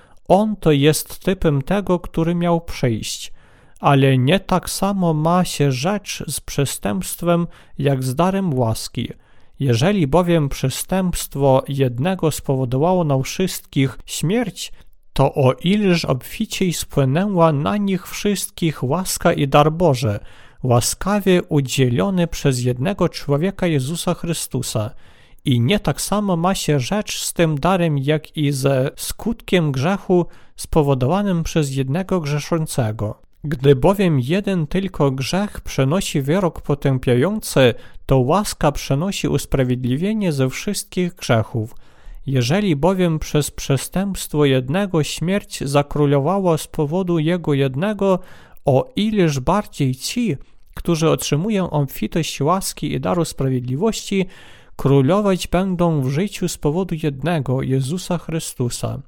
On to jest typem tego, który miał przyjść. Ale nie tak samo ma się rzecz z przestępstwem, jak z darem łaski. Jeżeli bowiem przestępstwo jednego spowodowało na wszystkich śmierć, to o ileż obficiej spłynęła na nich wszystkich łaska i dar Boży, łaskawie udzielony przez jednego człowieka Jezusa Chrystusa. I nie tak samo ma się rzecz z tym darem, jak i ze skutkiem grzechu spowodowanym przez jednego grzeszącego. Gdy bowiem jeden tylko grzech przenosi wyrok potępiający, to łaska przenosi usprawiedliwienie ze wszystkich grzechów. Jeżeli bowiem przez przestępstwo jednego śmierć zakrólowała z powodu jego jednego, o ileż bardziej ci, którzy otrzymują obfitość łaski i daru sprawiedliwości, królować będą w życiu z powodu jednego, Jezusa Chrystusa.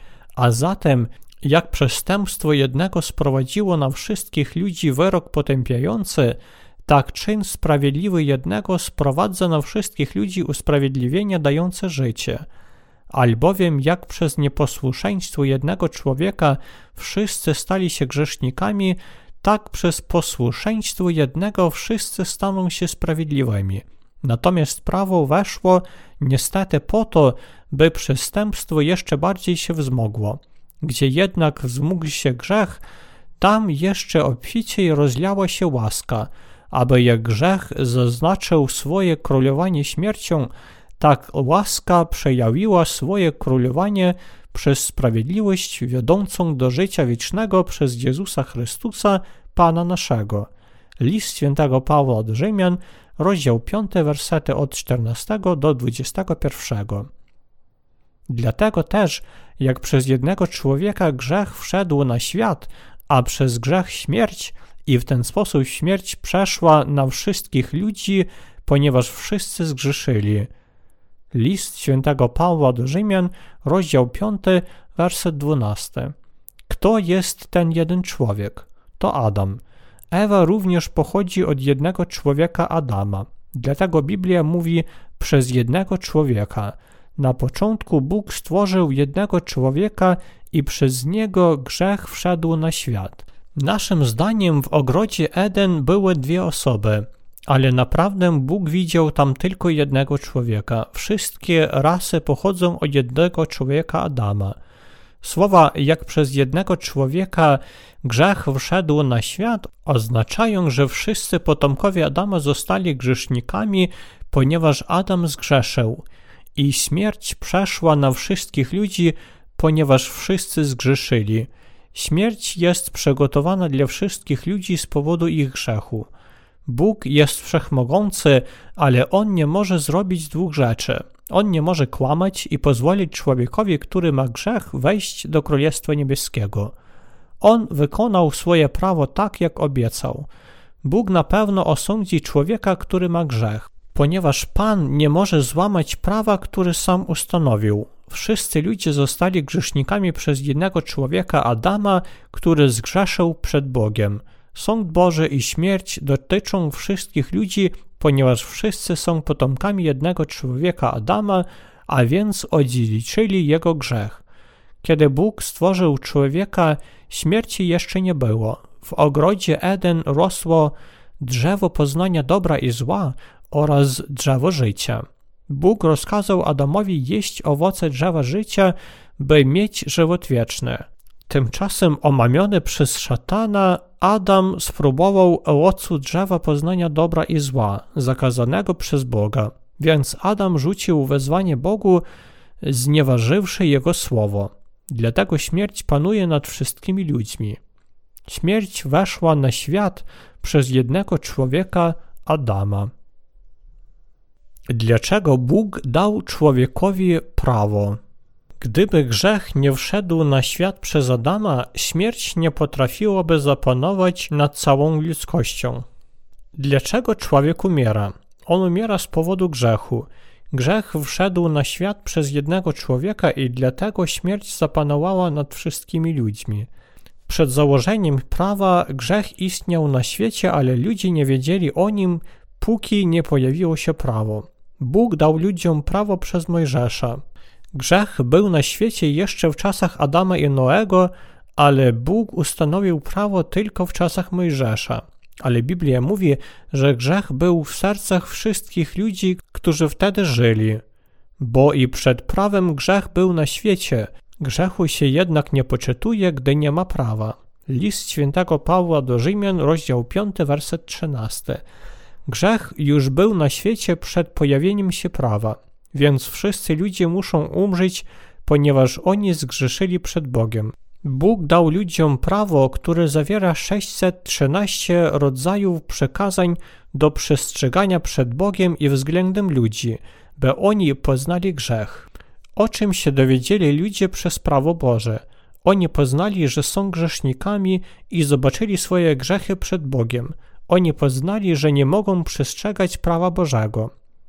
A zatem, jak przestępstwo jednego sprowadziło na wszystkich ludzi wyrok potępiający, tak czyn sprawiedliwy jednego sprowadza na wszystkich ludzi usprawiedliwienie dające życie. Albowiem jak przez nieposłuszeństwo jednego człowieka wszyscy stali się grzesznikami, tak przez posłuszeństwo jednego wszyscy staną się sprawiedliwymi. Natomiast prawo weszło niestety po to, by przestępstwo jeszcze bardziej się wzmogło. Gdzie jednak wzmógł się grzech, tam jeszcze obficiej rozliała się łaska, aby jak grzech zaznaczył swoje królowanie śmiercią, tak łaska przejawiła swoje królowanie przez sprawiedliwość wiodącą do życia wiecznego przez Jezusa Chrystusa, Pana naszego. List świętego Pawła do Rzymian, rozdział piąty, wersety od czternastego do dwudziestego pierwszego. Dlatego też, jak przez jednego człowieka grzech wszedł na świat, a przez grzech śmierć, i w ten sposób śmierć przeszła na wszystkich ludzi, ponieważ wszyscy zgrzeszyli. List świętego Pawła do Rzymian, rozdział piąty, werset dwunasty. Kto jest ten jeden człowiek? To Adam. Ewa również pochodzi od jednego człowieka Adama. Dlatego Biblia mówi przez jednego człowieka. Na początku Bóg stworzył jednego człowieka i przez niego grzech wszedł na świat. Naszym zdaniem w ogrodzie Eden były dwie osoby, ale naprawdę Bóg widział tam tylko jednego człowieka. Wszystkie rasy pochodzą od jednego człowieka Adama. Słowa jak przez jednego człowieka grzech wszedł na świat oznaczają, że wszyscy potomkowie Adama zostali grzesznikami, ponieważ Adam zgrzeszył. I śmierć przeszła na wszystkich ludzi, ponieważ wszyscy zgrzeszyli. Śmierć jest przygotowana dla wszystkich ludzi z powodu ich grzechu. Bóg jest wszechmogący, ale On nie może zrobić dwóch rzeczy. On nie może kłamać i pozwolić człowiekowi, który ma grzech, wejść do Królestwa Niebieskiego. On wykonał swoje prawo tak, jak obiecał. Bóg na pewno osądzi człowieka, który ma grzech, ponieważ Pan nie może złamać prawa, które sam ustanowił. Wszyscy ludzie zostali grzesznikami przez jednego człowieka Adama, który zgrzeszył przed Bogiem. Sąd Boży i śmierć dotyczą wszystkich ludzi, ponieważ wszyscy są potomkami jednego człowieka Adama, a więc odziedziczyli jego grzech. Kiedy Bóg stworzył człowieka, śmierci jeszcze nie było. W ogrodzie Eden rosło drzewo poznania dobra i zła oraz drzewo życia. Bóg rozkazał Adamowi jeść owoce drzewa życia, by mieć żywot wieczny. Tymczasem omamiony przez szatana, Adam spróbował owocu drzewa poznania dobra i zła, zakazanego przez Boga. Więc Adam rzucił wezwanie Bogu, znieważywszy Jego słowo. Dlatego śmierć panuje nad wszystkimi ludźmi. Śmierć weszła na świat przez jednego człowieka, Adama. Dlaczego Bóg dał człowiekowi prawo? Gdyby grzech nie wszedł na świat przez Adama, śmierć nie potrafiłaby zapanować nad całą ludzkością. Dlaczego człowiek umiera? On umiera z powodu grzechu. Grzech wszedł na świat przez jednego człowieka i dlatego śmierć zapanowała nad wszystkimi ludźmi. Przed założeniem prawa grzech istniał na świecie, ale ludzie nie wiedzieli o nim, póki nie pojawiło się prawo. Bóg dał ludziom prawo przez Mojżesza. Grzech był na świecie jeszcze w czasach Adama i Noego, ale Bóg ustanowił prawo tylko w czasach Mojżesza. Ale Biblia mówi, że grzech był w sercach wszystkich ludzi, którzy wtedy żyli. Bo i przed prawem grzech był na świecie. Grzechu się jednak nie poczytuje, gdy nie ma prawa. List świętego Pawła do Rzymian, rozdział piąty, werset trzynasty. Grzech już był na świecie przed pojawieniem się prawa, więc wszyscy ludzie muszą umrzeć, ponieważ oni zgrzeszyli przed Bogiem. Bóg dał ludziom prawo, które zawiera sześćset trzynaście rodzajów przykazań do przestrzegania przed Bogiem i względem ludzi, by oni poznali grzech. O czym się dowiedzieli ludzie przez prawo Boże? Oni poznali, że są grzesznikami i zobaczyli swoje grzechy przed Bogiem. Oni poznali, że nie mogą przestrzegać prawa Bożego.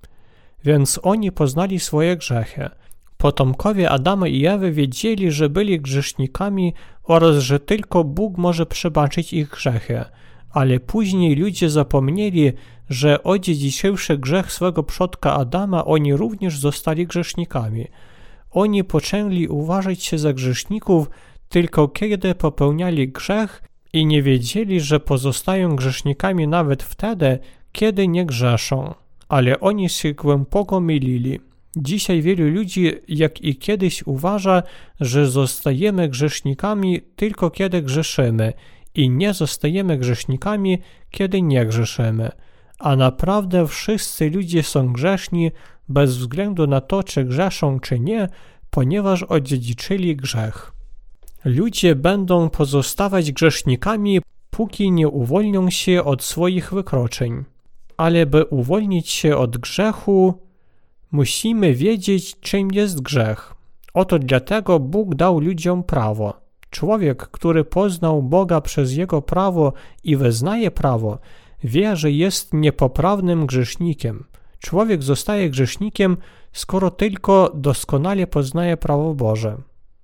Więc oni poznali swoje grzechy. Potomkowie Adama i Ewy wiedzieli, że byli grzesznikami oraz że tylko Bóg może przebaczyć ich grzechy. Ale później ludzie zapomnieli, że odziedziczywszy grzech swego przodka Adama, oni również zostali grzesznikami. Oni poczęli uważać się za grzeszników tylko kiedy popełniali grzech i nie wiedzieli, że pozostają grzesznikami nawet wtedy, kiedy nie grzeszą. Ale oni się głęboko mylili. Dzisiaj wielu ludzi, jak i kiedyś, uważa, że zostajemy grzesznikami tylko kiedy grzeszymy i nie zostajemy grzesznikami, kiedy nie grzeszymy. A naprawdę wszyscy ludzie są grzeszni bez względu na to, czy grzeszą, czy nie, ponieważ odziedziczyli grzech. Ludzie będą pozostawać grzesznikami, póki nie uwolnią się od swoich wykroczeń. Ale by uwolnić się od grzechu, musimy wiedzieć, czym jest grzech. Oto dlatego Bóg dał ludziom prawo. Człowiek, który poznał Boga przez Jego prawo i wyznaje prawo, wie, że jest niepoprawnym grzesznikiem. Człowiek zostaje grzesznikiem, skoro tylko doskonale poznaje prawo Boże.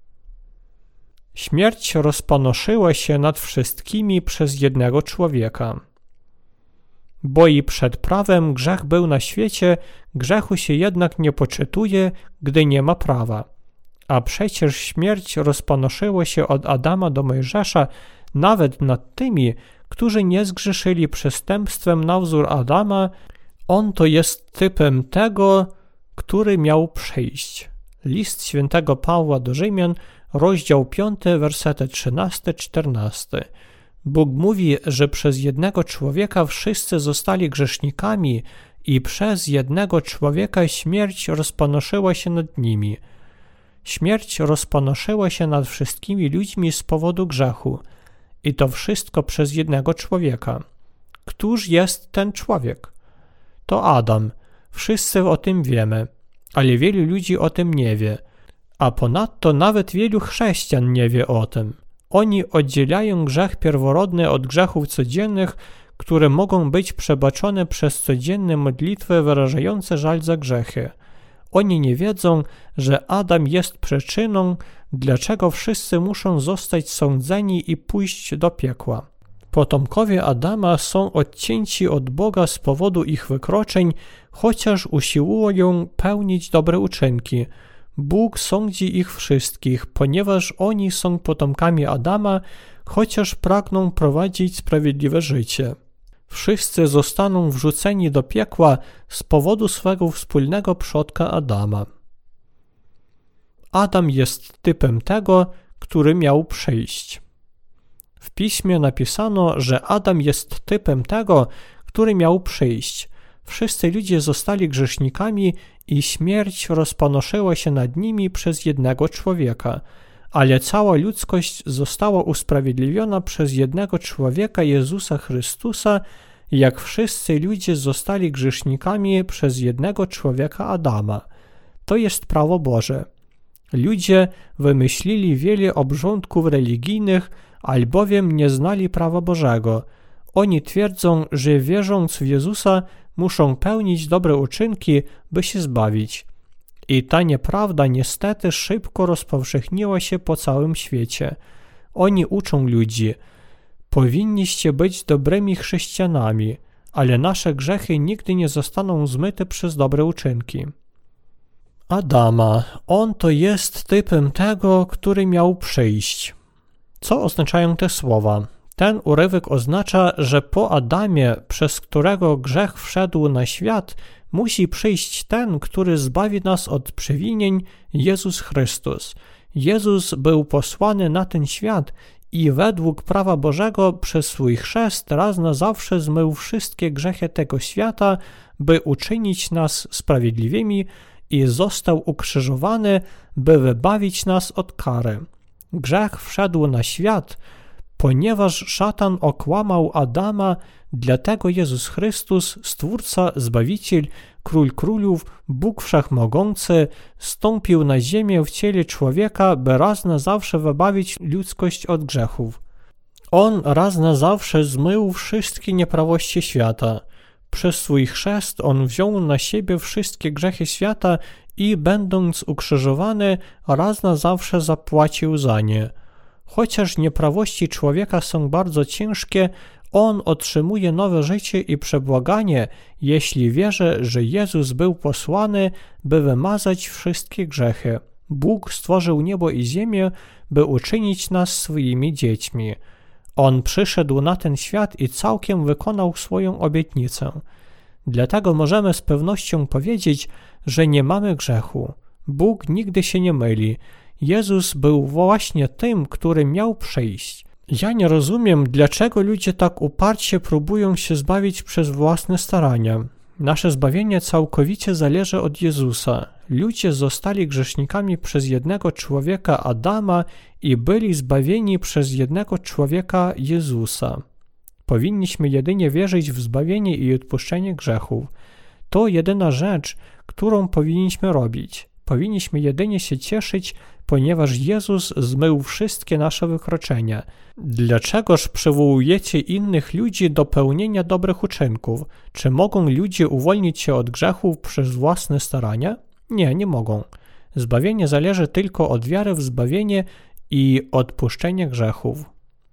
Śmierć rozpanoszyła się nad wszystkimi przez jednego człowieka. Bo i przed prawem grzech był na świecie, grzechu się jednak nie poczytuje, gdy nie ma prawa. A przecież śmierć rozpanoszyła się od Adama do Mojżesza nawet nad tymi, którzy nie zgrzeszyli przestępstwem na wzór Adama. On to jest typem tego, który miał przyjść. List świętego Pawła do Rzymian, rozdział piąty, wersety trzynasty czternasty. Bóg mówi, że przez jednego człowieka wszyscy zostali grzesznikami i przez jednego człowieka śmierć rozpanoszyła się nad nimi. Śmierć rozpanoszyła się nad wszystkimi ludźmi z powodu grzechu. I to wszystko przez jednego człowieka. Któż jest ten człowiek? To Adam. Wszyscy o tym wiemy, ale wielu ludzi o tym nie wie. A ponadto nawet wielu chrześcijan nie wie o tym. Oni oddzielają grzech pierworodny od grzechów codziennych, które mogą być przebaczone przez codzienne modlitwy wyrażające żal za grzechy. Oni nie wiedzą, że Adam jest przyczyną, dlaczego wszyscy muszą zostać sądzeni i pójść do piekła. Potomkowie Adama są odcięci od Boga z powodu ich wykroczeń, chociaż usiłują pełnić dobre uczynki. Bóg sądzi ich wszystkich, ponieważ oni są potomkami Adama, chociaż pragną prowadzić sprawiedliwe życie. Wszyscy zostaną wrzuceni do piekła z powodu swego wspólnego przodka Adama. Adam jest typem tego, który miał przyjść. W piśmie napisano, że Adam jest typem tego, który miał przyjść. Wszyscy ludzie zostali grzesznikami i śmierć rozpanoszyła się nad nimi przez jednego człowieka, ale cała ludzkość została usprawiedliwiona przez jednego człowieka, Jezusa Chrystusa, jak wszyscy ludzie zostali grzesznikami przez jednego człowieka Adama. To jest prawo Boże. Ludzie wymyślili wiele obrządków religijnych, albowiem nie znali prawa Bożego. Oni twierdzą, że wierząc w Jezusa muszą pełnić dobre uczynki, by się zbawić. I ta nieprawda niestety szybko rozpowszechniła się po całym świecie. Oni uczą ludzi: powinniście być dobrymi chrześcijanami, ale nasze grzechy nigdy nie zostaną zmyte przez dobre uczynki. Adama, on to jest typem tego, który miał przyjść. Co oznaczają te słowa? Ten urywek oznacza, że po Adamie, przez którego grzech wszedł na świat, musi przyjść ten, który zbawi nas od przewinień, Jezus Chrystus. Jezus był posłany na ten świat i według prawa Bożego przez swój chrzest raz na zawsze zmył wszystkie grzechy tego świata, by uczynić nas sprawiedliwymi, i został ukrzyżowany, by wybawić nas od kary. Grzech wszedł na świat, ponieważ szatan okłamał Adama, dlatego Jezus Chrystus, Stwórca, Zbawiciel, Król Królów, Bóg Wszechmogący, stąpił na ziemię w ciele człowieka, by raz na zawsze wybawić ludzkość od grzechów. On raz na zawsze zmył wszystkie nieprawości świata. Przez swój chrzest on wziął na siebie wszystkie grzechy świata i, będąc ukrzyżowany, raz na zawsze zapłacił za nie. Chociaż nieprawości człowieka są bardzo ciężkie, on otrzymuje nowe życie i przebłaganie, jeśli wierzy, że Jezus był posłany, by wymazać wszystkie grzechy. Bóg stworzył niebo i ziemię, by uczynić nas swoimi dziećmi. On przyszedł na ten świat i całkiem wykonał swoją obietnicę. Dlatego możemy z pewnością powiedzieć, że nie mamy grzechu. Bóg nigdy się nie myli. Jezus był właśnie tym, który miał przyjść. Ja nie rozumiem, dlaczego ludzie tak uparcie próbują się zbawić przez własne starania. Nasze zbawienie całkowicie zależy od Jezusa. Ludzie zostali grzesznikami przez jednego człowieka, Adama, i byli zbawieni przez jednego człowieka, Jezusa. Powinniśmy jedynie wierzyć w zbawienie i odpuszczenie grzechów. To jedyna rzecz, którą powinniśmy robić. Powinniśmy jedynie się cieszyć, ponieważ Jezus zmył wszystkie nasze wykroczenia. Dlaczegoż przywołujecie innych ludzi do pełnienia dobrych uczynków? Czy mogą ludzie uwolnić się od grzechów przez własne starania? Nie, nie mogą. Zbawienie zależy tylko od wiary w zbawienie i odpuszczenie grzechów.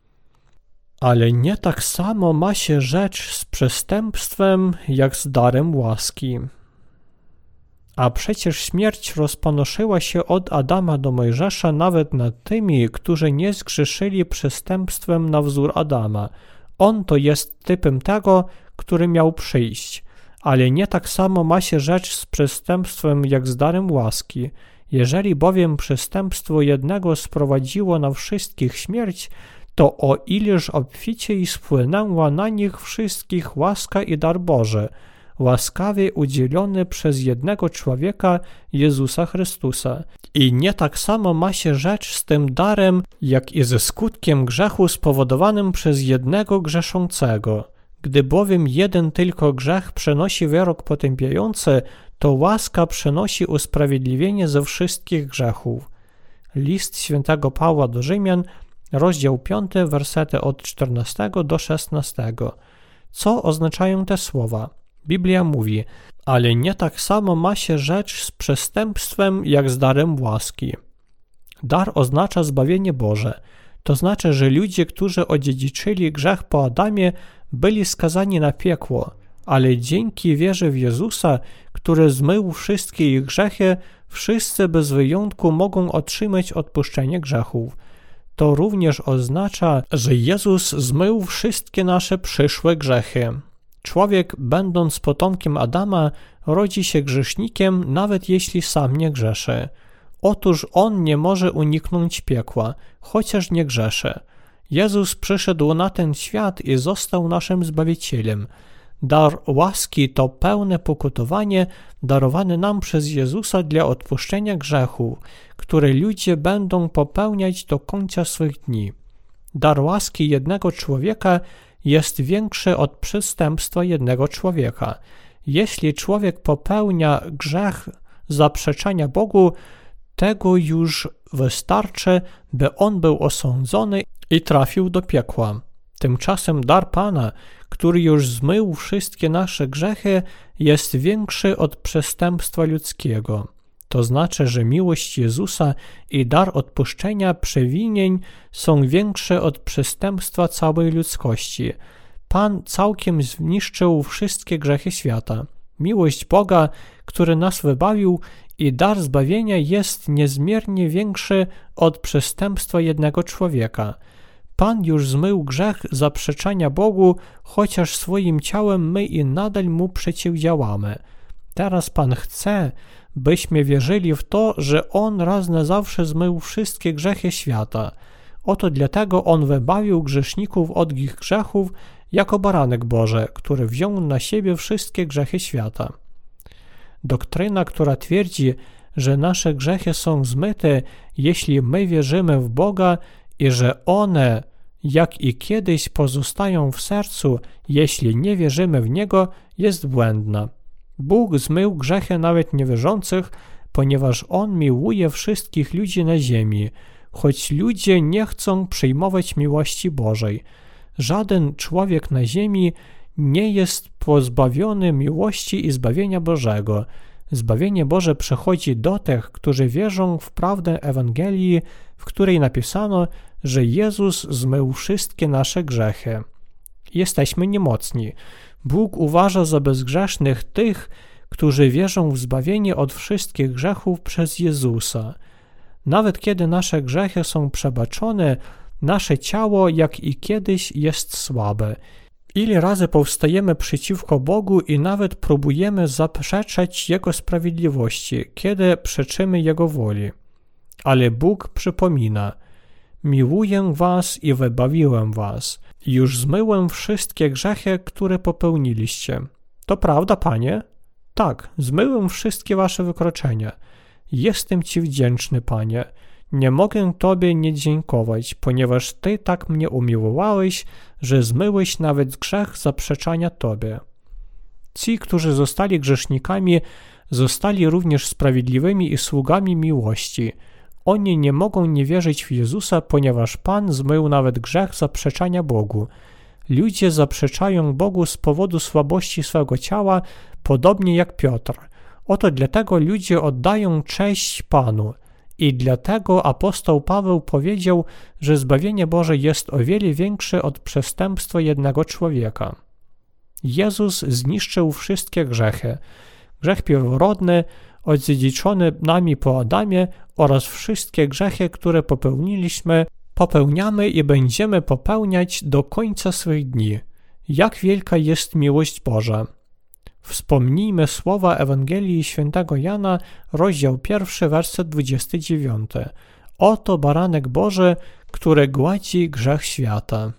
Ale nie tak samo ma się rzecz z przestępstwem, jak z darem łaski. A przecież śmierć rozpanoszyła się od Adama do Mojżesza nawet nad tymi, którzy nie zgrzeszyli przestępstwem na wzór Adama. On to jest typem tego, który miał przyjść. Ale nie tak samo ma się rzecz z przestępstwem jak z darem łaski. Jeżeli bowiem przestępstwo jednego sprowadziło na wszystkich śmierć, to o ileż obficiej spłynęła na nich wszystkich łaska i dar Boży, łaskawie udzielony przez jednego człowieka, Jezusa Chrystusa. I nie tak samo ma się rzecz z tym darem, jak i ze skutkiem grzechu spowodowanym przez jednego grzeszącego. Gdy bowiem jeden tylko grzech przenosi wyrok potępiający, to łaska przenosi usprawiedliwienie ze wszystkich grzechów. List świętego Pawła do Rzymian, rozdział piąty, wersety od czternastego do szesnastego. Co oznaczają te słowa? Biblia mówi: ale nie tak samo ma się rzecz z przestępstwem jak z darem łaski. Dar oznacza zbawienie Boże. To znaczy, że ludzie, którzy odziedziczyli grzech po Adamie, byli skazani na piekło, ale dzięki wierze w Jezusa, który zmył wszystkie ich grzechy, wszyscy bez wyjątku mogą otrzymać odpuszczenie grzechów. To również oznacza, że Jezus zmył wszystkie nasze przyszłe grzechy. Człowiek, będąc potomkiem Adama, rodzi się grzesznikiem, nawet jeśli sam nie grzeszy. Otóż on nie może uniknąć piekła, chociaż nie grzeszy. Jezus przyszedł na ten świat i został naszym Zbawicielem. Dar łaski to pełne pokutowanie darowane nam przez Jezusa dla odpuszczenia grzechów, które ludzie będą popełniać do końca swych dni. Dar łaski jednego człowieka jest większy od przestępstwa jednego człowieka. Jeśli człowiek popełnia grzech zaprzeczania Bogu, Tego już wystarczy, by on był osądzony i trafił do piekła. Tymczasem dar Pana, który już zmył wszystkie nasze grzechy, jest większy od przestępstwa ludzkiego. To znaczy, że miłość Jezusa i dar odpuszczenia przewinień są większe od przestępstwa całej ludzkości. Pan całkiem zniszczył wszystkie grzechy świata. Miłość Boga, który nas wybawił, i dar zbawienia jest niezmiernie większy od przestępstwa jednego człowieka. Pan już zmył grzech zaprzeczania Bogu, chociaż swoim ciałem my i nadal Mu przeciwdziałamy. Teraz Pan chce, byśmy wierzyli w to, że On raz na zawsze zmył wszystkie grzechy świata. Oto dlatego On wybawił grzeszników od ich grzechów jako baranek Boży, który wziął na siebie wszystkie grzechy świata. Doktryna, która twierdzi, że nasze grzechy są zmyte, jeśli my wierzymy w Boga i że one, jak i kiedyś, pozostają w sercu, jeśli nie wierzymy w Niego, jest błędna. Bóg zmył grzechy nawet niewierzących, ponieważ On miłuje wszystkich ludzi na ziemi, choć ludzie nie chcą przyjmować miłości Bożej. Żaden człowiek na ziemi nie jest pozbawiony miłości i zbawienia Bożego. Zbawienie Boże przychodzi do tych, którzy wierzą w prawdę Ewangelii, w której napisano, że Jezus zmył wszystkie nasze grzechy. Jesteśmy niemocni. Bóg uważa za bezgrzesznych tych, którzy wierzą w zbawienie od wszystkich grzechów przez Jezusa. Nawet kiedy nasze grzechy są przebaczone, nasze ciało, jak i kiedyś, jest słabe. Ile razy powstajemy przeciwko Bogu i nawet próbujemy zaprzeczać Jego sprawiedliwości, kiedy przeczymy Jego woli. Ale Bóg przypomina: miłuję was i wybawiłem was. Już zmyłem wszystkie grzechy, które popełniliście. To prawda, Panie? Tak, zmyłem wszystkie wasze wykroczenia. Jestem Ci wdzięczny, Panie. Nie mogę Tobie nie dziękować, ponieważ Ty tak mnie umiłowałeś, że zmyłeś nawet grzech zaprzeczania Tobie. Ci, którzy zostali grzesznikami, zostali również sprawiedliwymi i sługami miłości. Oni nie mogą nie wierzyć w Jezusa, ponieważ Pan zmył nawet grzech zaprzeczania Bogu. Ludzie zaprzeczają Bogu z powodu słabości swego ciała, podobnie jak Piotr. Oto dlatego ludzie oddają cześć Panu. I dlatego apostoł Paweł powiedział, że zbawienie Boże jest o wiele większe od przestępstwa jednego człowieka. Jezus zniszczył wszystkie grzechy. Grzech pierworodny, odziedziczony nami po Adamie oraz wszystkie grzechy, które popełniliśmy, popełniamy i będziemy popełniać do końca swych dni. Jak wielka jest miłość Boża! Wspomnijmy słowa Ewangelii Świętego Jana, rozdział pierwszy, werset dwudziesty dziewiąty. Oto baranek Boży, który gładzi grzech świata.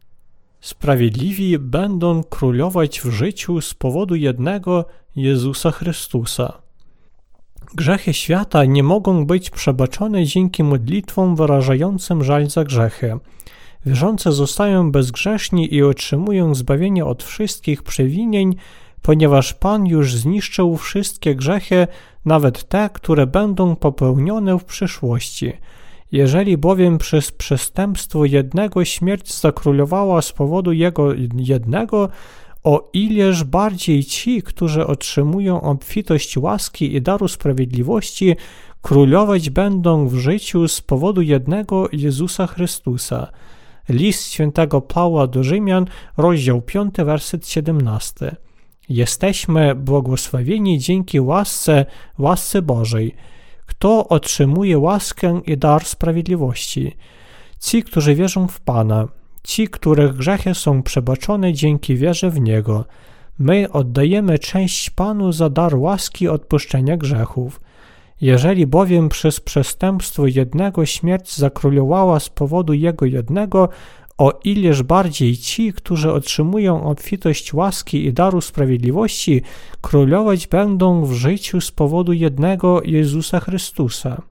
Sprawiedliwi będą królować w życiu z powodu jednego Jezusa Chrystusa. Grzechy świata nie mogą być przebaczone dzięki modlitwom wyrażającym żal za grzechy. Wierzący zostają bezgrzeszni i otrzymują zbawienie od wszystkich przewinień, ponieważ Pan już zniszczył wszystkie grzechy, nawet te, które będą popełnione w przyszłości. Jeżeli bowiem przez przestępstwo jednego śmierć zakrólowała z powodu jego jednego, o ileż bardziej ci, którzy otrzymują obfitość łaski i daru sprawiedliwości, królować będą w życiu z powodu jednego Jezusa Chrystusa. List świętego Pawła do Rzymian, rozdział piąty, werset siedemnasty. Jesteśmy błogosławieni dzięki łasce, łasce Bożej. Kto otrzymuje łaskę i dar sprawiedliwości? Ci, którzy wierzą w Pana, ci, których grzechy są przebaczone dzięki wierze w Niego. My oddajemy cześć Panu za dar łaski odpuszczenia grzechów. Jeżeli bowiem przez przestępstwo jednego śmierć zakrólowała z powodu jego jednego, o ileż bardziej ci, którzy otrzymują obfitość łaski i daru sprawiedliwości, królować będą w życiu z powodu jednego Jezusa Chrystusa.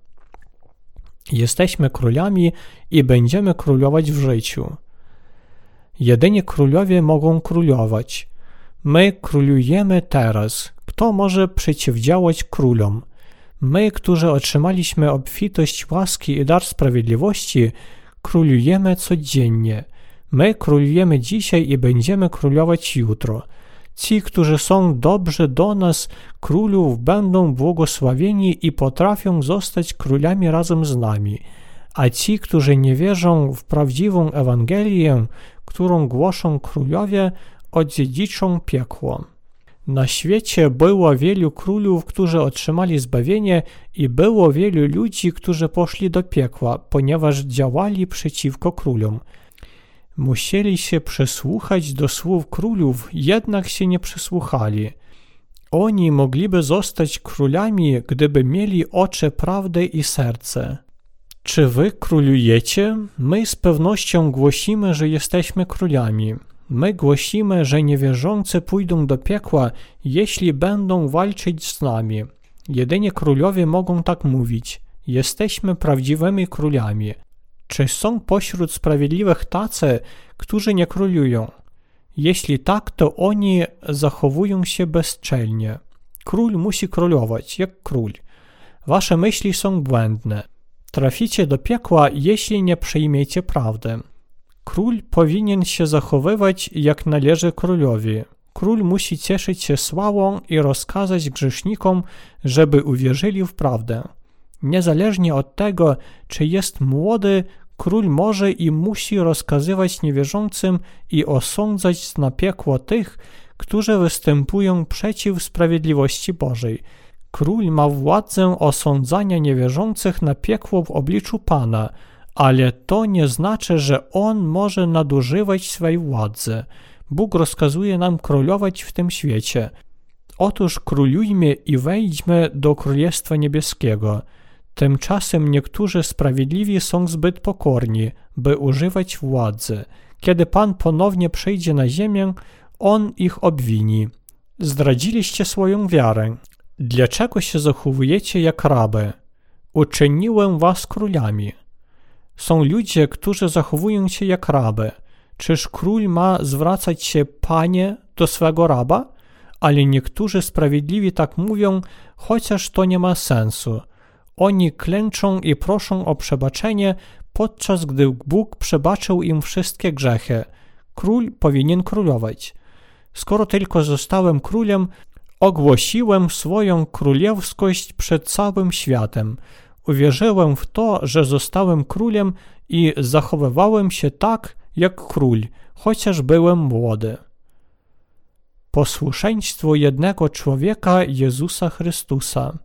Jesteśmy królami i będziemy królować w życiu. Jedynie królowie mogą królować. My królujemy teraz. Kto może przeciwdziałać królom? My, którzy otrzymaliśmy obfitość łaski i dar sprawiedliwości, królujemy codziennie. My królujemy dzisiaj i będziemy królować jutro. Ci, którzy są dobrzy do nas, królów, będą błogosławieni i potrafią zostać królami razem z nami. A ci, którzy nie wierzą w prawdziwą Ewangelię, którą głoszą królowie, odziedziczą piekło. Na świecie było wielu królów, którzy otrzymali zbawienie i było wielu ludzi, którzy poszli do piekła, ponieważ działali przeciwko królom. Musieli się przysłuchać do słów królów, jednak się nie przysłuchali. Oni mogliby zostać królami, gdyby mieli oczy prawdy i serce. Czy wy królujecie? My z pewnością głosimy, że jesteśmy królami. My głosimy, że niewierzący pójdą do piekła, jeśli będą walczyć z nami. Jedynie królowie mogą tak mówić. Jesteśmy prawdziwymi królami. Czy są pośród sprawiedliwych tacy, którzy nie królują? Jeśli tak, to oni zachowują się bezczelnie. Król musi królować, jak król. Wasze myśli są błędne. Traficie do piekła, jeśli nie przyjmiecie prawdy. Król powinien się zachowywać, jak należy królowi. Król musi cieszyć się sławą i rozkazać grzesznikom, żeby uwierzyli w prawdę. Niezależnie od tego, czy jest młody, król może i musi rozkazywać niewierzącym i osądzać na piekło tych, którzy występują przeciw sprawiedliwości Bożej. Król ma władzę osądzania niewierzących na piekło w obliczu Pana, ale to nie znaczy, że on może nadużywać swej władzy. Bóg rozkazuje nam królować w tym świecie. Otóż królujmy i wejdźmy do Królestwa Niebieskiego. Tymczasem niektórzy sprawiedliwi są zbyt pokorni, by używać władzy. Kiedy Pan ponownie przyjdzie na ziemię, On ich obwini. Zdradziliście swoją wiarę. Dlaczego się zachowujecie jak raby? Uczyniłem was królami. Są ludzie, którzy zachowują się jak raby. Czyż król ma zwracać się, panie, do swego raba? Ale niektórzy sprawiedliwi tak mówią, chociaż to nie ma sensu. Oni klęczą i proszą o przebaczenie, podczas gdy Bóg przebaczył im wszystkie grzechy. Król powinien królować. Skoro tylko zostałem królem, ogłosiłem swoją królewskość przed całym światem. Uwierzyłem w to, że zostałem królem i zachowywałem się tak, jak król, chociaż byłem młody. Posłuszeństwo jednego człowieka, Jezusa Chrystusa.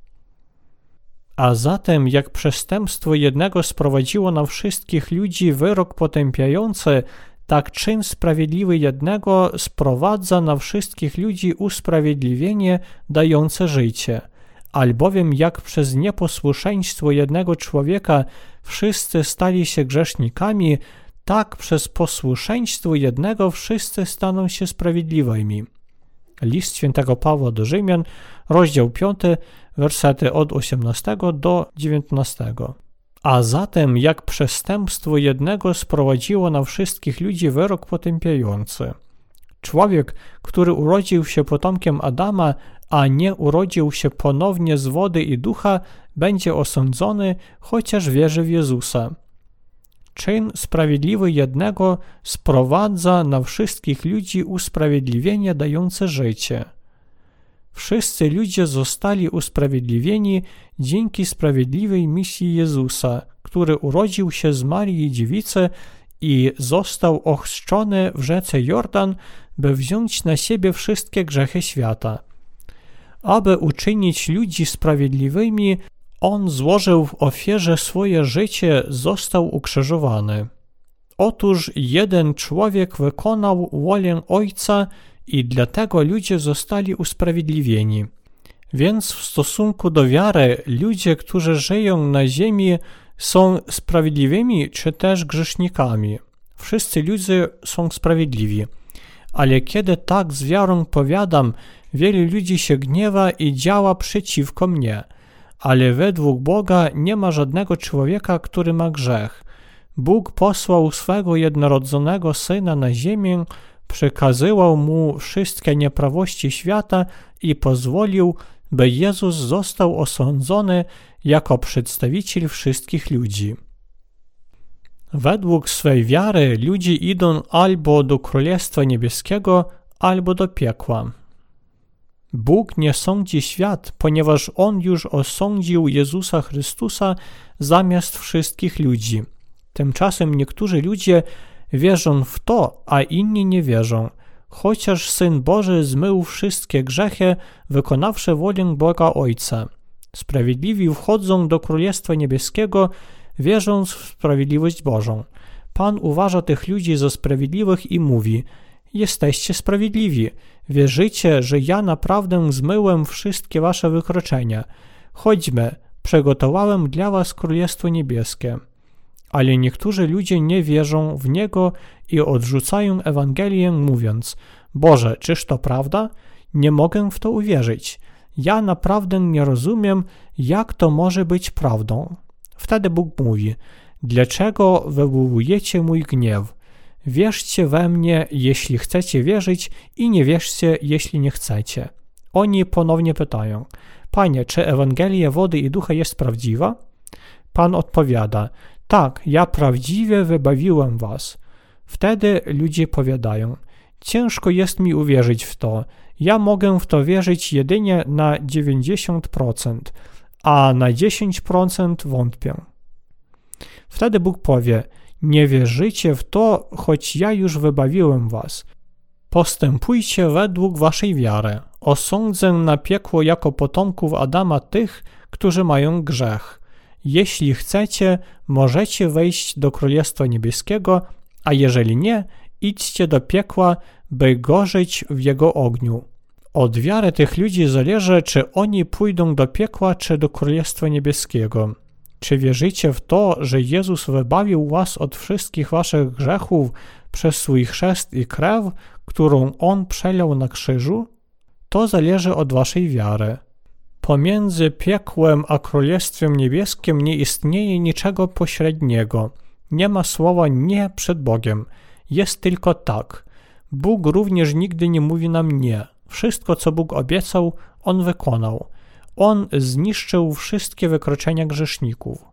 A zatem, jak przestępstwo jednego sprowadziło na wszystkich ludzi wyrok potępiający, tak czyn sprawiedliwy jednego sprowadza na wszystkich ludzi usprawiedliwienie dające życie. Albowiem jak przez nieposłuszeństwo jednego człowieka wszyscy stali się grzesznikami, tak przez posłuszeństwo jednego wszyscy staną się sprawiedliwymi. List świętego Pawła do Rzymian, rozdział piąty, wersety od osiemnastego do dziewiętnastego. A zatem jak przestępstwo jednego sprowadziło na wszystkich ludzi wyrok potępiający. Człowiek, który urodził się potomkiem Adama, a nie urodził się ponownie z wody i ducha, będzie osądzony, chociaż wierzy w Jezusa. Czyn sprawiedliwy jednego sprowadza na wszystkich ludzi usprawiedliwienie dające życie. Wszyscy ludzie zostali usprawiedliwieni dzięki sprawiedliwej misji Jezusa, który urodził się z Marii Dziewicy i został ochrzczony w rzece Jordan, by wziąć na siebie wszystkie grzechy świata. Aby uczynić ludzi sprawiedliwymi, On złożył w ofierze swoje życie, został ukrzyżowany. Otóż jeden człowiek wykonał wolę Ojca i dlatego ludzie zostali usprawiedliwieni. Więc w stosunku do wiary ludzie, którzy żyją na ziemi, są sprawiedliwymi czy też grzesznikami. Wszyscy ludzie są sprawiedliwi. Ale kiedy tak z wiarą powiadam, wielu ludzi się gniewa i działa przeciwko mnie. Ale według Boga nie ma żadnego człowieka, który ma grzech. Bóg posłał swego jednorodzonego Syna na ziemię, przekazywał Mu wszystkie nieprawości świata i pozwolił, by Jezus został osądzony jako przedstawiciel wszystkich ludzi. Według swej wiary ludzie idą albo do Królestwa Niebieskiego, albo do piekła. Bóg nie sądzi świat, ponieważ On już osądził Jezusa Chrystusa zamiast wszystkich ludzi. Tymczasem niektórzy ludzie wierzą w to, a inni nie wierzą, chociaż Syn Boży zmył wszystkie grzechy, wykonawszy wolę Boga Ojca. Sprawiedliwi wchodzą do Królestwa Niebieskiego, wierząc w sprawiedliwość Bożą. Pan uważa tych ludzi za sprawiedliwych i mówi: jesteście sprawiedliwi, wierzycie, że ja naprawdę zmyłem wszystkie wasze wykroczenia. Chodźmy, przygotowałem dla was Królestwo Niebieskie. Ale niektórzy ludzie nie wierzą w Niego i odrzucają Ewangelię, mówiąc: Boże, czyż to prawda? Nie mogę w to uwierzyć. Ja naprawdę nie rozumiem, jak to może być prawdą. Wtedy Bóg mówi: dlaczego wywołujecie mój gniew? Wierzcie we mnie, jeśli chcecie wierzyć, i nie wierzcie, jeśli nie chcecie. Oni ponownie pytają: Panie, czy Ewangelia wody i ducha jest prawdziwa? Pan odpowiada: tak, ja prawdziwie wybawiłem was. Wtedy ludzie powiadają: ciężko jest mi uwierzyć w to. Ja mogę w to wierzyć jedynie na dziewięćdziesiąt procent, a na dziesięć procent wątpię. Wtedy Bóg powie: nie wierzycie w to, choć ja już wybawiłem was. Postępujcie według waszej wiary. Osądzę na piekło jako potomków Adama tych, którzy mają grzech. Jeśli chcecie, możecie wejść do Królestwa Niebieskiego, a jeżeli nie, idźcie do piekła, by gorzyć w jego ogniu. Od wiary tych ludzi zależy, czy oni pójdą do piekła, czy do Królestwa Niebieskiego. Czy wierzycie w to, że Jezus wybawił was od wszystkich waszych grzechów przez swój chrzest i krew, którą On przelał na krzyżu? To zależy od waszej wiary. Pomiędzy piekłem a Królestwem Niebieskim nie istnieje niczego pośredniego. Nie ma słowa nie przed Bogiem. Jest tylko tak. Bóg również nigdy nie mówi nam nie. Wszystko, co Bóg obiecał, On wykonał. On zniszczył wszystkie wykroczenia grzeszników.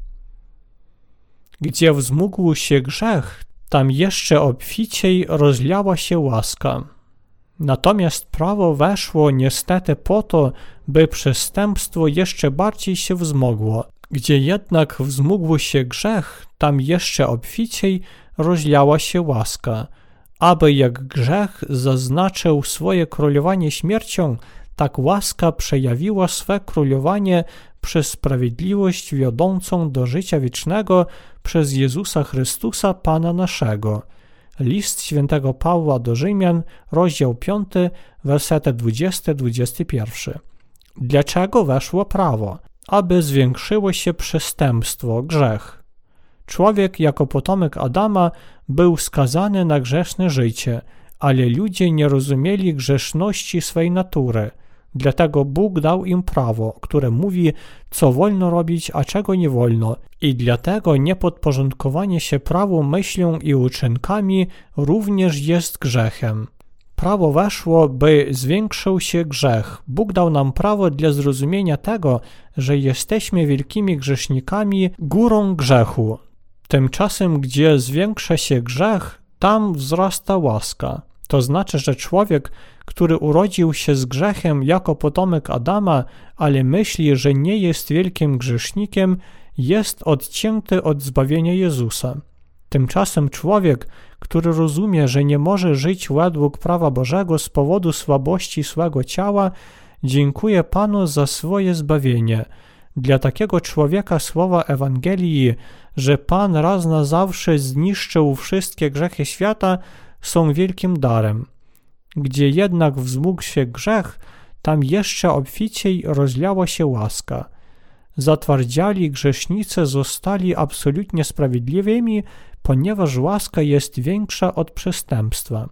Gdzie wzmógł się grzech, tam jeszcze obficiej rozlała się łaska. Natomiast prawo weszło niestety po to, by przestępstwo jeszcze bardziej się wzmogło. Gdzie jednak wzmógł się grzech, tam jeszcze obficiej rozlała się łaska. Aby jak grzech zaznaczył swoje królowanie śmiercią, tak łaska przejawiła swe królowanie przez sprawiedliwość wiodącą do życia wiecznego przez Jezusa Chrystusa, Pana naszego. List świętego Pawła do Rzymian, rozdział piąty, wersety dwudziesty do dwudziestego pierwszego. Dlaczego weszło prawo? Aby zwiększyło się przestępstwo, grzech. Człowiek jako potomek Adama był skazany na grzeszne życie, ale ludzie nie rozumieli grzeszności swej natury. Dlatego Bóg dał im prawo, które mówi, co wolno robić, a czego nie wolno. I dlatego niepodporządkowanie się prawu myślą i uczynkami również jest grzechem. Prawo weszło, by zwiększył się grzech. Bóg dał nam prawo dla zrozumienia tego, że jesteśmy wielkimi grzesznikami, górą grzechu. Tymczasem, gdzie zwiększa się grzech, tam wzrasta łaska. To znaczy, że człowiek, który urodził się z grzechem jako potomek Adama, ale myśli, że nie jest wielkim grzesznikiem, jest odcięty od zbawienia Jezusa. Tymczasem człowiek, który rozumie, że nie może żyć według prawa Bożego z powodu słabości swego ciała, dziękuje Panu za swoje zbawienie. Dla takiego człowieka słowa Ewangelii, że Pan raz na zawsze zniszczył wszystkie grzechy świata, są wielkim darem. Gdzie jednak wzmógł się grzech, tam jeszcze obficiej rozlała się łaska. Zatwardziali grzesznicy zostali absolutnie sprawiedliwymi, ponieważ łaska jest większa od przestępstwa.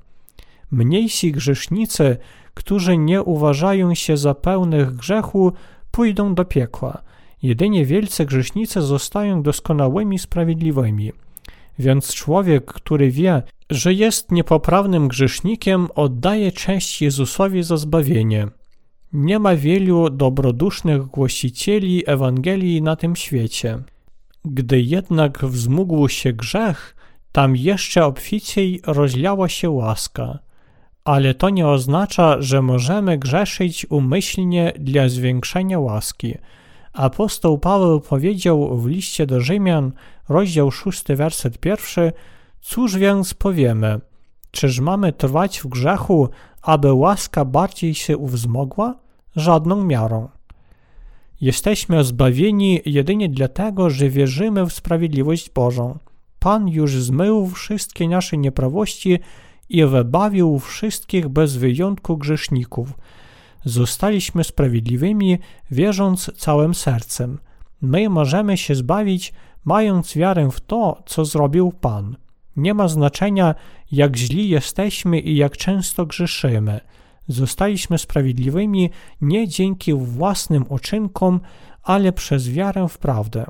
Mniejsi grzesznicy, którzy nie uważają się za pełnych grzechu, pójdą do piekła. Jedynie wielcy grzesznicy zostają doskonałymi sprawiedliwymi. Więc człowiek, który wie, że jest niepoprawnym grzesznikiem, oddaje cześć Jezusowi za zbawienie. Nie ma wielu dobrodusznych głosicieli Ewangelii na tym świecie. Gdy jednak wzmógł się grzech, tam jeszcze obficiej rozliała się łaska. Ale to nie oznacza, że możemy grzeszyć umyślnie dla zwiększenia łaski. Apostoł Paweł powiedział w liście do Rzymian, rozdział szósty, werset pierwszy: cóż więc powiemy? Czyż mamy trwać w grzechu, aby łaska bardziej się uwzmogła? Żadną miarą. Jesteśmy zbawieni jedynie dlatego, że wierzymy w sprawiedliwość Bożą. Pan już zmył wszystkie nasze nieprawości i wybawił wszystkich bez wyjątku grzeszników. Zostaliśmy sprawiedliwymi, wierząc całym sercem. My możemy się zbawić, mając wiarę w to, co zrobił Pan. Nie ma znaczenia, jak źli jesteśmy i jak często grzeszymy. Zostaliśmy sprawiedliwymi nie dzięki własnym uczynkom, ale przez wiarę w prawdę.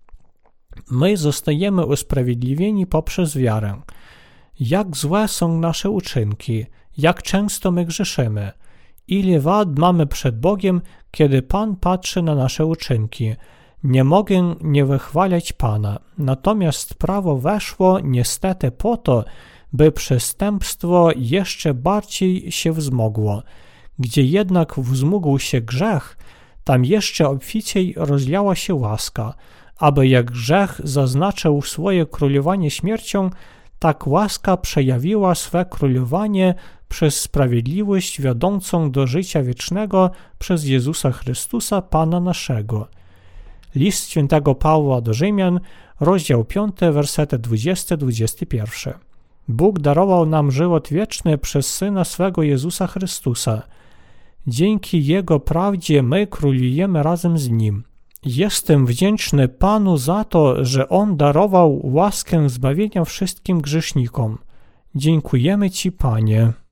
My zostajemy usprawiedliwieni poprzez wiarę. Jak złe są nasze uczynki, jak często my grzeszymy, ile wad mamy przed Bogiem, kiedy Pan patrzy na nasze uczynki. Nie mogę nie wychwalać Pana, natomiast prawo weszło niestety po to, by przestępstwo jeszcze bardziej się wzmogło. Gdzie jednak wzmógł się grzech, tam jeszcze obficiej rozliała się łaska, aby jak grzech zaznaczył swoje królowanie śmiercią, tak łaska przejawiła swe królowanie przez sprawiedliwość wiodącą do życia wiecznego przez Jezusa Chrystusa, Pana naszego. List świętego Pawła do Rzymian, rozdział piąty, wersety dwudziesty do dwudziestego pierwszego. Bóg darował nam żywot wieczny przez Syna swego Jezusa Chrystusa. Dzięki Jego prawdzie my królujemy razem z Nim. Jestem wdzięczny Panu za to, że On darował łaskę zbawienia wszystkim grzesznikom. Dziękujemy Ci, Panie.